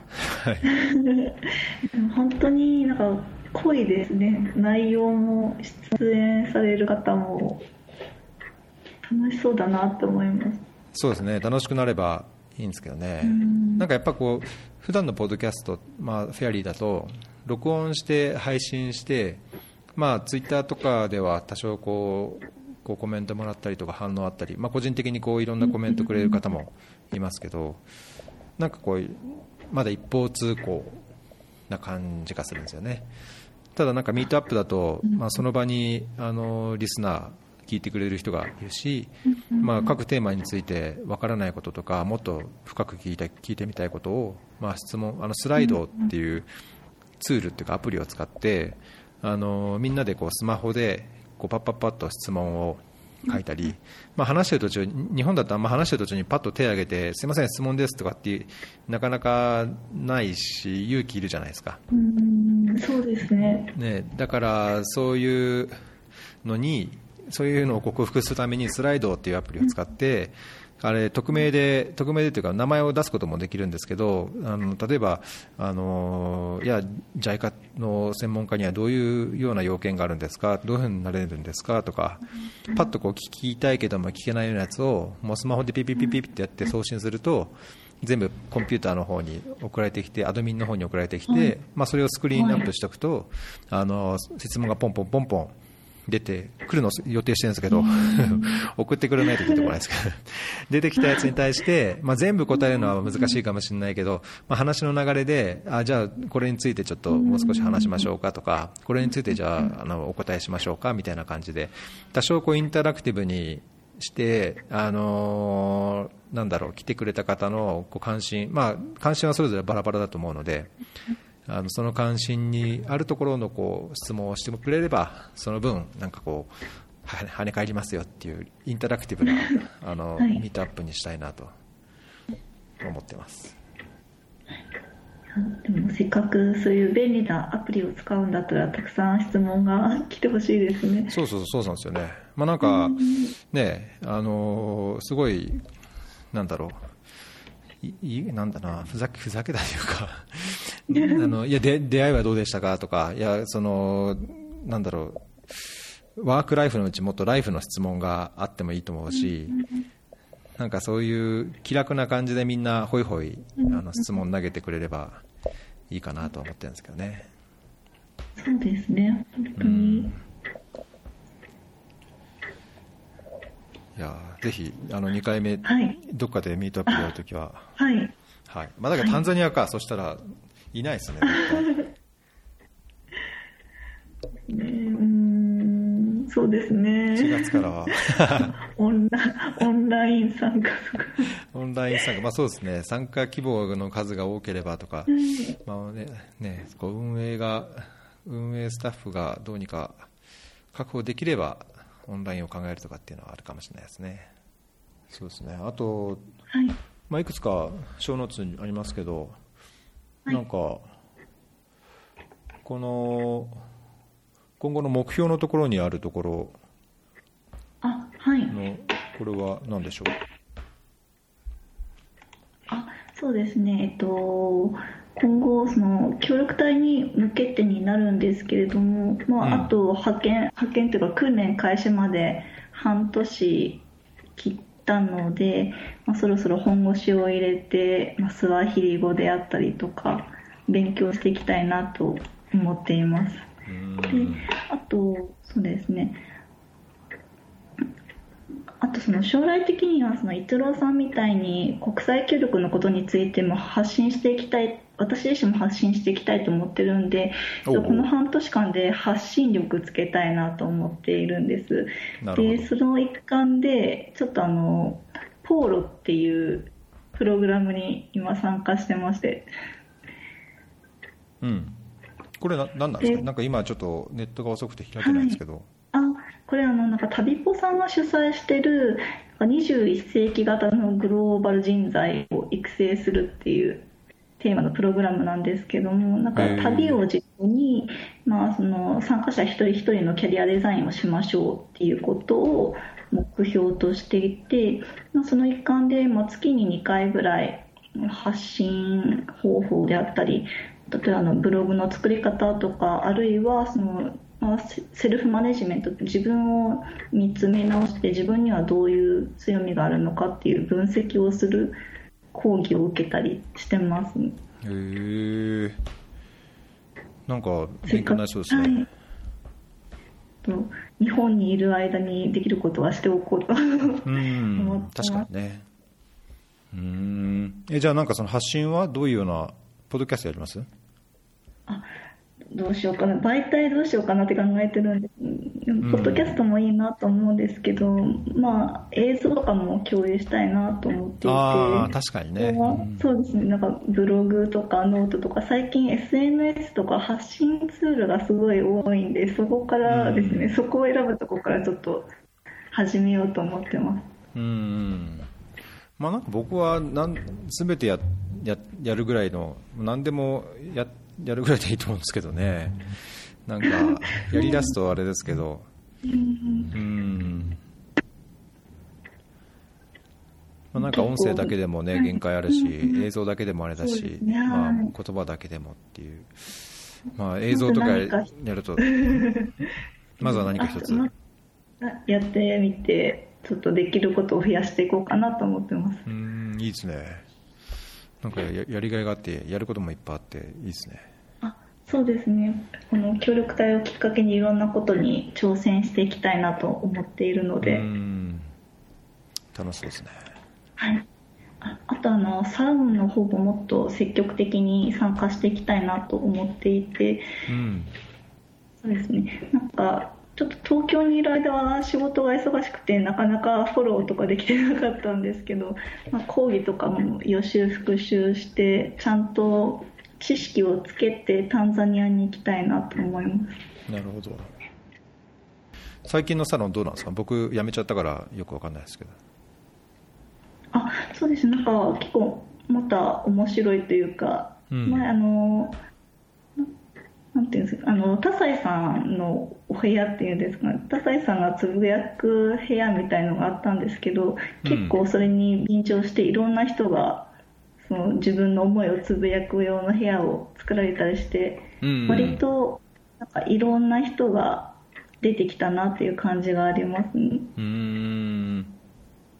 本当になんか濃いですね。内容も出演される方も楽しそうだなと思います。 そうですね、楽しくなればいいんですけどね。なんかやっぱこう普段のポッドキャスト、まあ、フェアリーだと録音して配信して、まあ、ツイッターとかでは多少こうこうコメントもらったりとか反応あったり、まあ、個人的にこういろんなコメントくれる方もいますけど、なんかこうまだ一方通行な感じがするんですよね。ただなんかミートアップだと、まあ、その場にあのリスナー聞いてくれる人がいるし、まあ、各テーマについてわからないこととかもっと深く聞いて、聞いてみたいことを、まあ、質問あのスライドっていうツールっていうかアプリを使ってあのみんなでこうスマホでこうパッパッパッと質問を書いたり、まあ、話してる途中、日本だとあんま話してる途中にパッと手を挙げてすいません質問ですとかってなかなかないし勇気いるじゃないですか。 うん、そうですね。 ね、だからそういうのにそういうのを克服するためにスライドっていうアプリを使って、あれ匿名で匿名でというか名前を出すこともできるんですけど、あの例えばあのいや ジャイカ の専門家にはどういうような要件があるんですか、どういうふうになれるんですかとか、パッとこう聞きたいけども聞けないようなやつをもうスマホでピピピピってやって送信すると全部コンピューターの方に送られてきて、アドミンの方に送られてきて、まあ、それをスクリーンアップしておくと、あの質問がポンポンポンポン出てくるのを予定してるんですけど送ってくれないと出てこないですけど出てきたやつに対して、まあ、全部答えるのは難しいかもしれないけど、まあ、話の流れであじゃあこれについてちょっともう少し話しましょうかとか、これについてじゃあ、あのお答えしましょうかみたいな感じで多少こうインタラクティブにして、あのー、なんだろう来てくれた方のこう関心、まあ、関心はそれぞれバラバラだと思うので、あのその関心にあるところのこう質問をしてくれればその分なんかこう跳ね返りますよっていうインタラクティブなあの、はい、ミートアップにしたいなと思ってます。 でもせっかくそういう便利なアプリを使うんだったらたくさん質問が来てほしいですね。 そうそうそうなんですよね。まあ、なんかね、あのすごいなんだろういいなんだなふざけふざけだというかあのいやで出会いはどうでしたかとか、いやそのなんだろうワークライフのうちもっとライフの質問があってもいいと思うし、なんかそういう気楽な感じでみんなホイホイあの質問投げてくれればいいかなとは思ってるんですけどね。 そうですね、本当に、うん、 いやぜひあのにかいめ、はい、どっかでミートアップやるときは、 はいはい、まあ、だからタンザニアか、はい、そしたらいないですねね、うーん、そうですね、 しがつからはオンラオンライン参加オンライン参加、まあ、そうですね、参加希望の数が多ければとか、はい、まあねね、こう運営が運営スタッフがどうにか確保できればオンラインを考えるとかっていうのはあるかもしれないですね。そうですね、あと、 はい、 まあ、いくつか小ノーツにありますけど、はい、なんかこの今後の目標のところにあるところの、 あ、はい、 これは何でしょう。 あ、そうですね、えっと今後その協力隊に向けてになるんですけれども、まあ、うん、あと派遣派遣というか訓練開始まで半年切ったので、まあ、そろそろ本腰を入れて、まあ、スワヒリ語であったりとか勉強していきたいなと思っています。で、あとそうですね、あとその将来的にはその逸郎さんみたいに国際協力のことについても発信していきたい、私自身も発信していきたいと思ってるんで、この半年間で発信力つけたいなと思っているんです。でその一環でちょっとあのポーロっていうプログラムに今参加してまして、 うん、これな何なんですか。なんか今ちょっとネットが遅くて開けないんですけど、はい、 あこれあのなんか旅ぽさんが主催しているにじゅういっせいき型のグローバル人材を育成するっていうテーマのプログラムなんですけども、なんか旅を軸に、まあ、その参加者一人一人のキャリアデザインをしましょうっていうことを目標としていて、まあ、その一環で、まあ、月ににかいぐらい発信方法であったり、例えばあのブログの作り方とか、あるいはそのセルフマネジメント、自分を見つめ直して自分にはどういう強みがあるのかっていう分析をする講義を受けたりしてます。へえ、なんか勉強になりそうですね。はい、 と日本にいる間にできることはしておこうと思ってます。 確かにね。うーんえじゃあなんかその発信はどういうようなポッドキャストやります？ あどうしようかな、媒体どうしようかなって考えてるんです。ポッドキャストもいいなと思うんですけど、まあ、映像とかも共有したいなと思っていて、 あ確かにね、 うん、そうですね、なんかブログとかノートとか最近 エスエヌエス とか発信ツールがすごい多いんで、そこからですね、うん、そこを選ぶところからちょっと始めようと思ってます。 うん、まあ、なんか僕はなん全て や, や, やるぐらいの何でも や, やるぐらいでいいと思うんですけどね。なんかやりだすとあれですけど、うーん、まあ、なんか音声だけでもね限界あるし、映像だけでもあれだし、まあ、言葉だけでもっていう、まあ、映像とかやるとまずは何か一つやってみて、ちょっとできることを増やしていこうかなと思ってます。 うーん、いいですね。なんか や, やりがいがあってやることもいっぱいあっていいですね。 あ、そうですね、この協力隊をきっかけにいろんなことに挑戦していきたいなと思っているので、うーん、 楽しそうですね。 はい、あ, あとあのサロンの方ももっと積極的に参加していきたいなと思っていて、うん、そうですね、なんかちょっと東京にいる間は仕事が忙しくてなかなかフォローとかできてなかったんですけど、まあ、講義とかも予習復習してちゃんと知識をつけてタンザニアに行きたいなと思います。 なるほど。最近のサロンどうなんですか？僕辞めちゃったからよく分かんないですけど。 あ、そうですね、なんか結構また面白いというか、うん、前あのなんていうんですか、あの田西さんのお部屋っていうんですか、田西さんがつぶやく部屋みたいのがあったんですけど、結構それに便乗していろんな人がその自分の思いをつぶやく用の部屋を作られたりして、うんうん、割となんかいろんな人が出てきたなっていう感じがありますね。 うーん、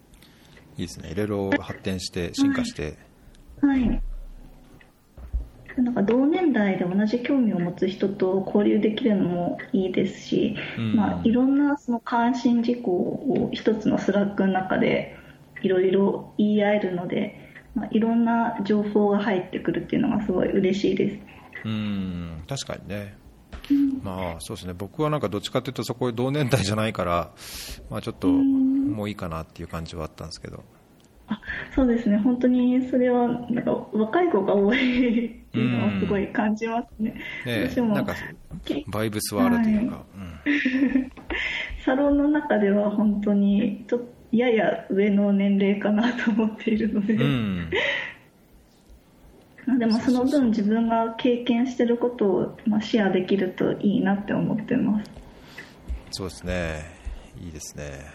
いいですね。いろいろ発展して進化して、 はい、はい、 なんか同年代で同じ興味を持つ人と交流できるのもいいですし、 うんまあ、いろんなその関心事項を一つのスラックの中でいろいろ言い合えるので、まあ、いろんな情報が入ってくるっていうのがすごい嬉しいです。 うん、確かにね、うん、まあそうですね、僕はなんかどっちかというとそこ同年代じゃないから、まあ、ちょっともういいかなっていう感じはあったんですけど。 あ、そうですね、本当にそれはなんか若い子が多いっていうのはすごい感じますね。 ね、 私もなんかバイブスはあるというか、はい、 うん、サロンの中では本当にちょっとやや上の年齢かなと思っているので、うん、でもその分自分が経験していることをまあシェアできるといいなって思ってます。 そうですね、いいですね。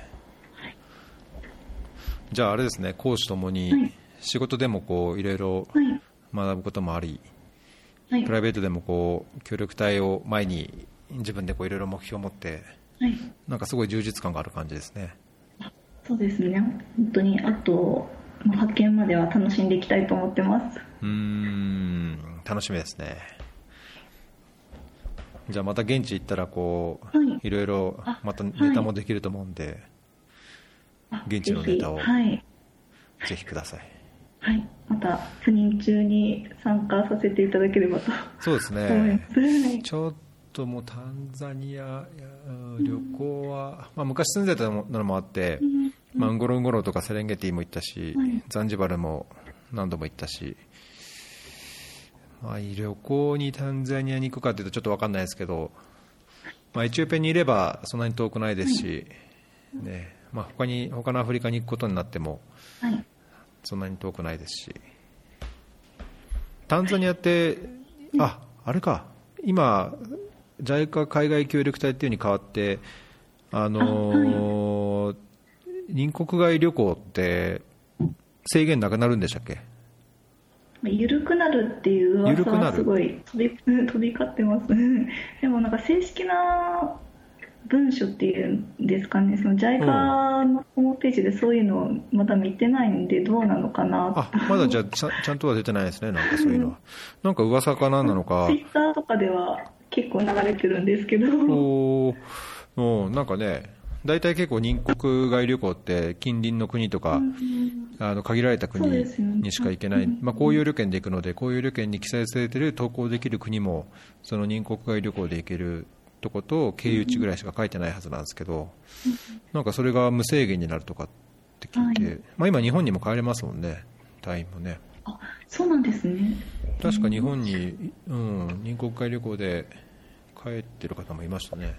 じゃああれですね、講師ともに仕事でもこういろいろ学ぶこともあり、はい、プライベートでもこう協力隊を前に自分でこういろいろ目標を持って、はい、なんかすごい充実感がある感じですね。 そうですね、本当にあと派遣までは楽しんでいきたいと思ってます。 うーん、楽しみですね。じゃあまた現地行ったらこう、はい、いろいろまたネタもできると思うんで、はい、現地のネタをぜひください。 はい、また赴任中に参加させていただければと。 そうですね、ちょっともうタンザニア旅行は、まあ、昔住んでたのもあって、うんまあ、ンゴロンゴロとかセレンゲティも行ったし、はい、ザンジバルも何度も行ったし、まあ、旅行にタンザニアに行くかというとちょっと分かんないですけど、まあ、エチオピアにいればそんなに遠くないですし、はいねまあ、他に他のアフリカに行くことになってもそんなに遠くないですし、タンザニアってああれか今 ジャイカ 海外協力隊っていうに変わって、あのーはい、隣国外旅行って制限なくなるんでしたっけ？ 緩くなるっていう噂はすごい飛び、飛び交ってますでもなんか正式な文書っていうんですかね、その ジャイカ のホームページでそういうのをまだ見てないんでどうなのかな。 あ、まだじゃあちゃ、ちゃんとは出てないですね、なんかそういうのはなんか噂かなんなのか、 ツイッターとかでは結構流れてるんですけど、 おおなんかね、大体結構隣国外旅行って近隣の国とか、うん、あの限られた国にしか行けない、まあ、公有旅券で行くので、公有旅券に記載されている渡航できる国もその隣国外旅行で行けるとこと経由地ぐらいしか書いてないはずなんですけど、なんかそれが無制限になるとかって聞いて、はいまあ、今日本にも帰れますもんね、隊員もね。 あ、そうなんですね。 確か日本に、うん、隣国外旅行で帰ってる方もいましたね。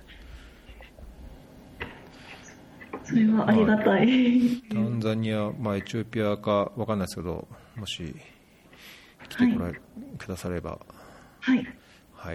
それはありがたい、 まあ、タンザニア、まあ、エチオピアか分かんないですけど、もし来てこられ、はい、くだされば、 はい、 はい、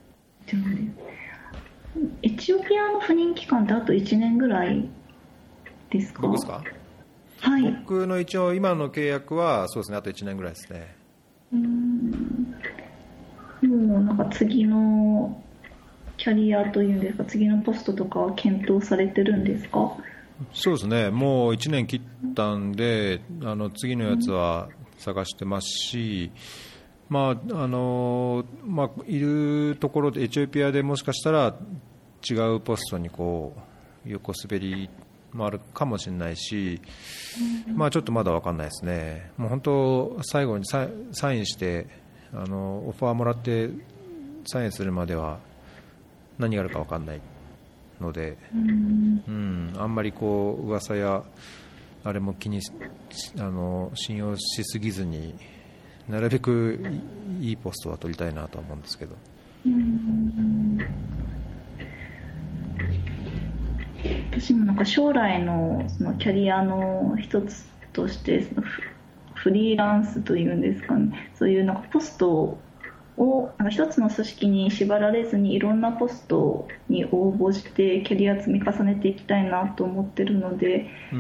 エチオピアの赴任期間ってあといちねんぐらいですか？ 僕ですか？はい、僕の一応今の契約はそうですね、あといちねんぐらいですね。 うーん、もうなんか次のキャリアというんですか、次のポストとかは検討されてるんですか？ そうですね、もういちねん切ったんで、あの次のやつは探してますし、まああのまあ、いるところでエチオピアでもしかしたら違うポストにこう横滑りもあるかもしれないし、まあ、ちょっとまだ分かんないですね。もう本当最後にサインしてあのオファーもらってサインするまでは何があるか分かんないので、うん、うん、あんまりこう噂やあれも気にあの信用しすぎずに、なるべくいいポストは取りたいなとは思うんですけど、うん、 私もなんか将来のそのキャリアの一つとしてそのフリーランスというんですかね、そういうなんかポストをなんか一つの組織に縛られずにいろんなポストに応募してキャリア積み重ねていきたいなと思ってるので、うん、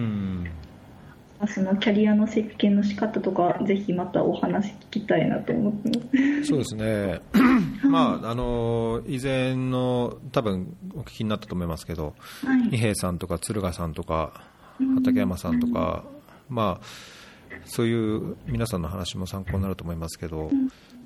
そのキャリアの設計の仕方とかぜひまたお話聞きたいなと思ってます。 そうですねまあ、あの以前の多分お聞きになったと思いますけど、はい、二平さんとか鶴賀さんとか畠山さんとか、うん、まあそういう皆さんの話も参考になると思いますけど、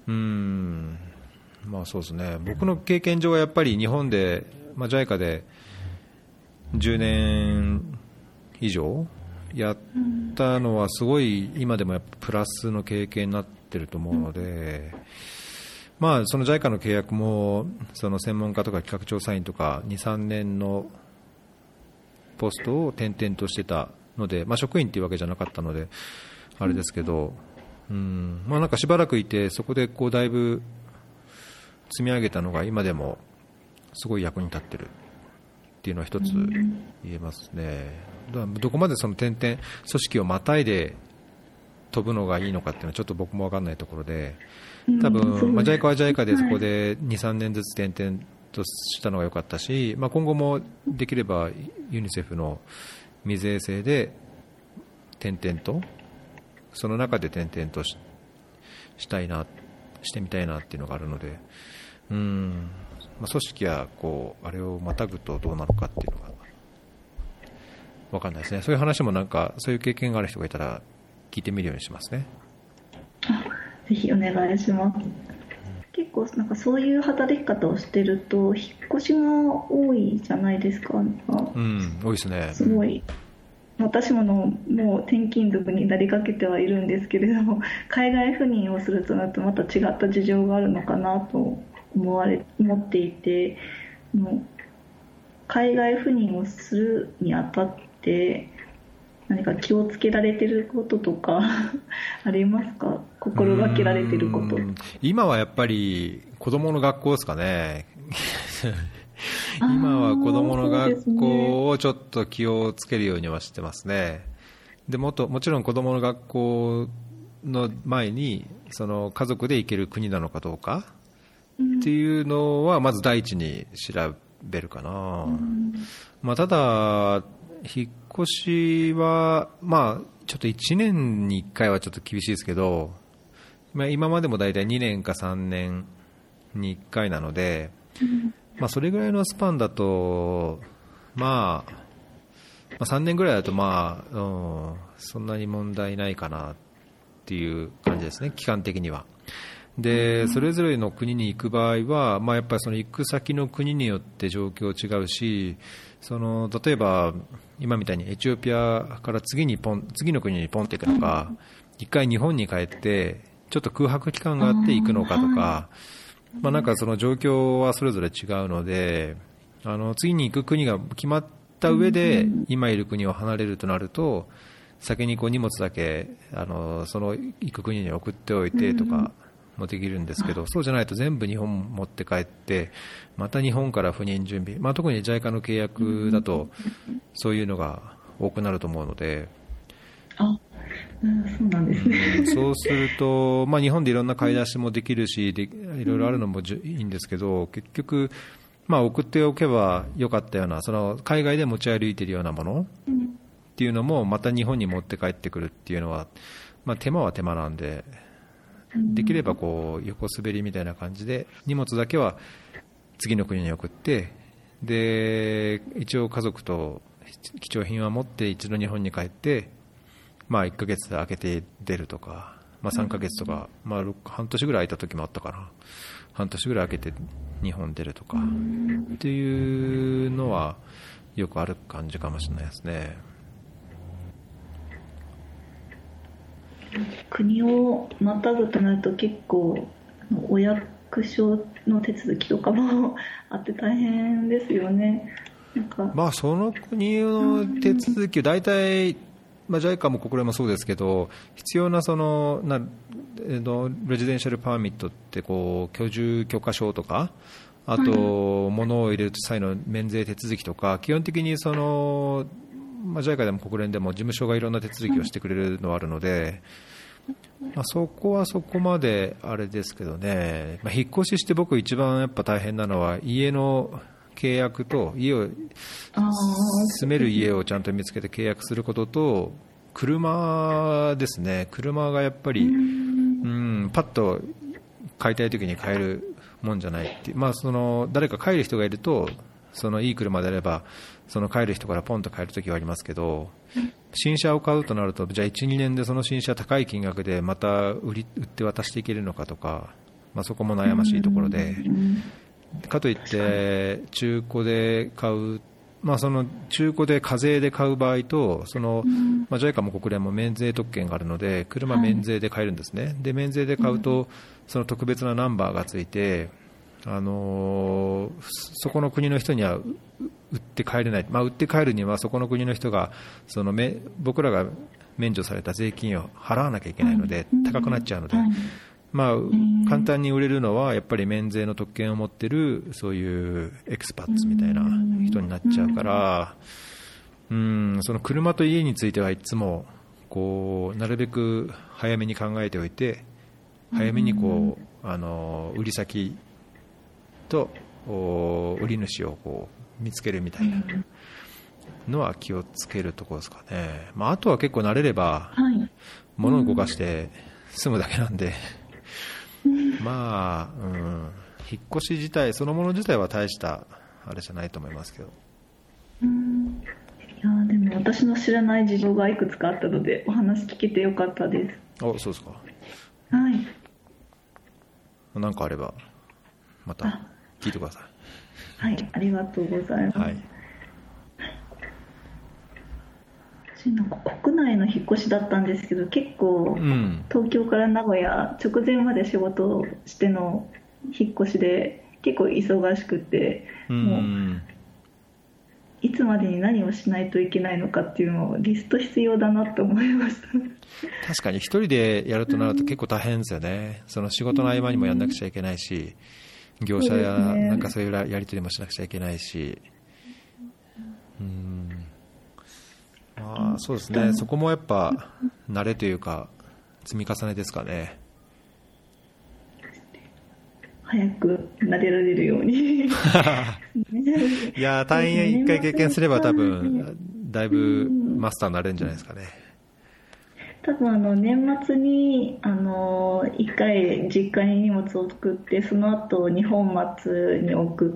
うーん、まあそうですね、僕の経験上はやっぱり日本で、まあ、ジャイカ でじゅうねん以上やったのはすごい今でもやっぱプラスの経験になってると思うので、まあ、その ジャイカ の契約もその専門家とか企画調査員とか にさんねんのポストを転々としてたので、まあ、職員っていうわけじゃなかったのであれですけど、うん、まあ、なんかしばらくいてそこでこうだいぶ積み上げたのが今でもすごい役に立ってるっていうのは一つ言えますね。だからどこまでその点々組織をまたいで飛ぶのがいいのかっていうのはちょっと僕も分かんないところで、多分、まあ、ジャイカ は ジャイカ でそこで にさんねんずつ点々としたのが良かったし、まあ、今後もできればユニセフの水衛星で点々とその中で点々と し, したいなしてみたいなっていうのがあるので、うん、まあ、組織はこうあれをまたぐとどうなのかっていうのが分かんないですね。そういう話もなんかそういう経験がある人がいたら聞いてみるようにしますね。 ぜひお願いします。結構なんかそういう働き方をしてると引っ越しが多いじゃないですか。なんかうん、多いですね。 すごい、私ものもう転勤族になりかけてはいるんですけれども、海外赴任をするとなるとまた違った事情があるのかなと思われ思っていて、もう海外赴任をするにあたって何か気をつけられてることとかありますか？心がけられてること。 今はやっぱり子どもの学校ですかね今は子どもの学校をちょっと気をつけるようにはしてますね。でもっともちろん子どもの学校の前にその家族で行ける国なのかどうかっていうのはまず第一に調べるかな、うん、まあ、ただ引っ越しは、まあ、ちょっといちねんにいっかいはちょっと厳しいですけど、まあ、今までもだいたいにねんかさんねんにいっかいなので、まあ、それぐらいのスパンだと、まあ、まあさんねんぐらいだと、まあ、うん、そんなに問題ないかなっていう感じですね、期間的には。でそれぞれの国に行く場合は、まあ、やっぱりその行く先の国によって状況違うし、その例えば今みたいにエチオピアから次にポン次の国にポンって行くのか、一回日本に帰ってちょっと空白期間があって行くのかとか、まあ、なんかその状況はそれぞれ違うので、あの次に行く国が決まった上で今いる国を離れるとなると、先にこう荷物だけあのその行く国に送っておいてとかもできるんですけど、そうじゃないと全部日本持って帰ってまた日本から赴任準備、まあ、特に ジャイカ の契約だとそういうのが多くなると思うので、 あ、うん、そうなんですね。 そうすると、まあ、日本でいろんな買い出しもできるし、でいろいろあるのもいいんですけど、結局、まあ、送っておけばよかったような、その海外で持ち歩いているようなものっていうのもまた日本に持って帰ってくるっていうのは、まあ、手間は手間なんで、できればこう横滑りみたいな感じで荷物だけは次の国に送って、で一応家族と貴重品は持って一度日本に帰って、まあ、いっかげつ空けて出るとか、まあ、さんかげつとか、まあ、半年ぐらい空いた時もあったかな、半年ぐらい空けて日本出るとかっていうのはよくある感じかもしれないですね。 国をまたぐとなると結構お役所の手続きとかもあって大変ですよね。なんか、 まあ、その国の手続き大体、まあ、ジャイカ も国連もそうですけど、必要なそのなレジデンシャルパーミットってこう居住許可証とか、あと物を入れる際の免税手続きとか、基本的にそのまあ、ジャイカ でも国連でも事務所がいろんな手続きをしてくれるのはあるので、まあ、そこはそこまであれですけどね、まあ、引っ越しして僕一番やっぱ大変なのは家の契約と、家を住める家をちゃんと見つけて契約することと、車ですね。車がやっぱり、うん、パッと買いたい時に買えるもんじゃないっていう、まあ、その誰か帰る人がいると、そのいい車であればその帰る人からポンと買えるときはありますけど、新車を買うとなると、じゃあいち、にねんでその新車高い金額でまた売り売って渡していけるのかとか、 まあ、そこも悩ましいところで、かといって中古で買う、まあ、その中古で課税で買う場合と、その、まあ、ジャイカも国連も免税特権があるので、車免税で買えるんですね。で免税で買うとその特別なナンバーがついて、あのー、そこの国の人には売って帰れない、まあ、売って帰るにはそこの国の人がそのめ僕らが免除された税金を払わなきゃいけないので高くなっちゃうので、まあ、簡単に売れるのはやっぱり免税の特権を持っているそういうエクスパッツみたいな人になっちゃうから、うん、その車と家についてはいつもこうなるべく早めに考えておいて、早めにこうあの売り先と売り主をこう見つけるみたいなのは気をつけるところですかね。まあ、あとは結構慣れれば物を動かして済むだけなんで、まあ、うん、引っ越し自体そのもの自体は大したあれじゃないと思いますけど、 うん、いやでも私の知らない事情がいくつかあったのでお話聞けてよかったです。 お、そうですか。 はい。 何かあればまた聞いてください。 はい、ありがとうございます。はい、私なんか国内の引っ越しだったんですけど、結構、うん、東京から名古屋直前まで仕事をしての引っ越しで結構忙しくて、うん、もういつまでに何をしないといけないのかっていうのをリスト必要だなと思いました。 確かに一人でやるとなると結構大変ですよね。その仕事の合間にもやんなくちゃいけないし、業者やなんかそういうやり取りもしなくちゃいけないし、うん、まあ、そうですね。そこもやっぱ慣れというか積み重ねですかね。 早く慣れられるようにいや単位いっかい経験すれば多分だいぶマスターになれるんじゃないですかね。 多分あの年末にあのいっかい実家に荷物を送って、その後にほん末に送って、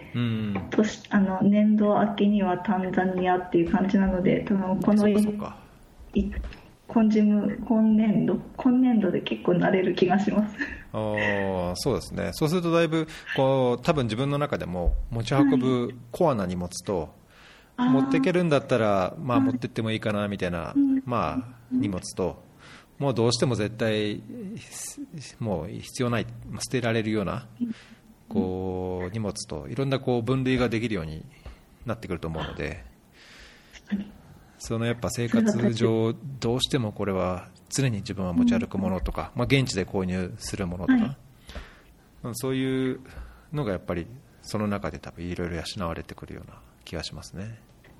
うん、年あの年度明けにはタンザニアっていう感じなので、多分このい今時今年度今年度で結構慣れる気がします。 あ、そうですね。そうするとだいぶこう多分自分の中でも持ち運ぶコアな荷物と、はい、持っていけるんだったらまあ持ってってもいいかなみたいな、まあ荷物と、もうどうしても絶対もう必要ない捨てられるようなこう荷物と、いろんなこう分類ができるようになってくると思うので、そのやっぱ生活上どうしてもこれは常に自分は持ち歩くものとか、まあ、現地で購入するものとか、はい、そういうのがやっぱりその中で多分いろいろ養われてくるような気がしますね。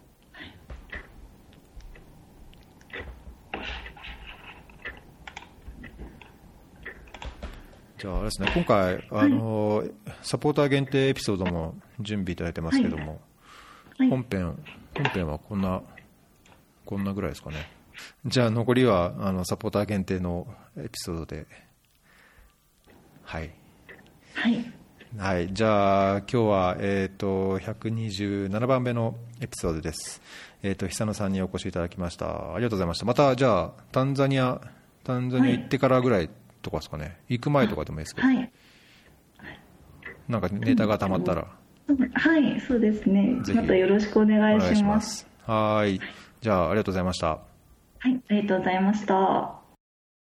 じゃああれですね、今回あの、はい、サポーター限定エピソードも準備いただいてますけども、はいはい、本編本編はこんなこんなぐらいですかね。じゃあ残りはあのサポーター限定のエピソードで、はいはい、 はい、じゃあ今日は、えー、とひゃくにじゅうななばんめのエピソードです。えー、と久野さんにお越しいただきました。ありがとうございました。またじゃあタンザニアタンザニア行ってからぐらいとかですかね、はい、行く前とかでもいいですけど、はい、なんかネタがたまったら、 はい、そうですね、またよろしくお願いします。 はい、じゃあありがとうございました。 はい、ありがとうございました。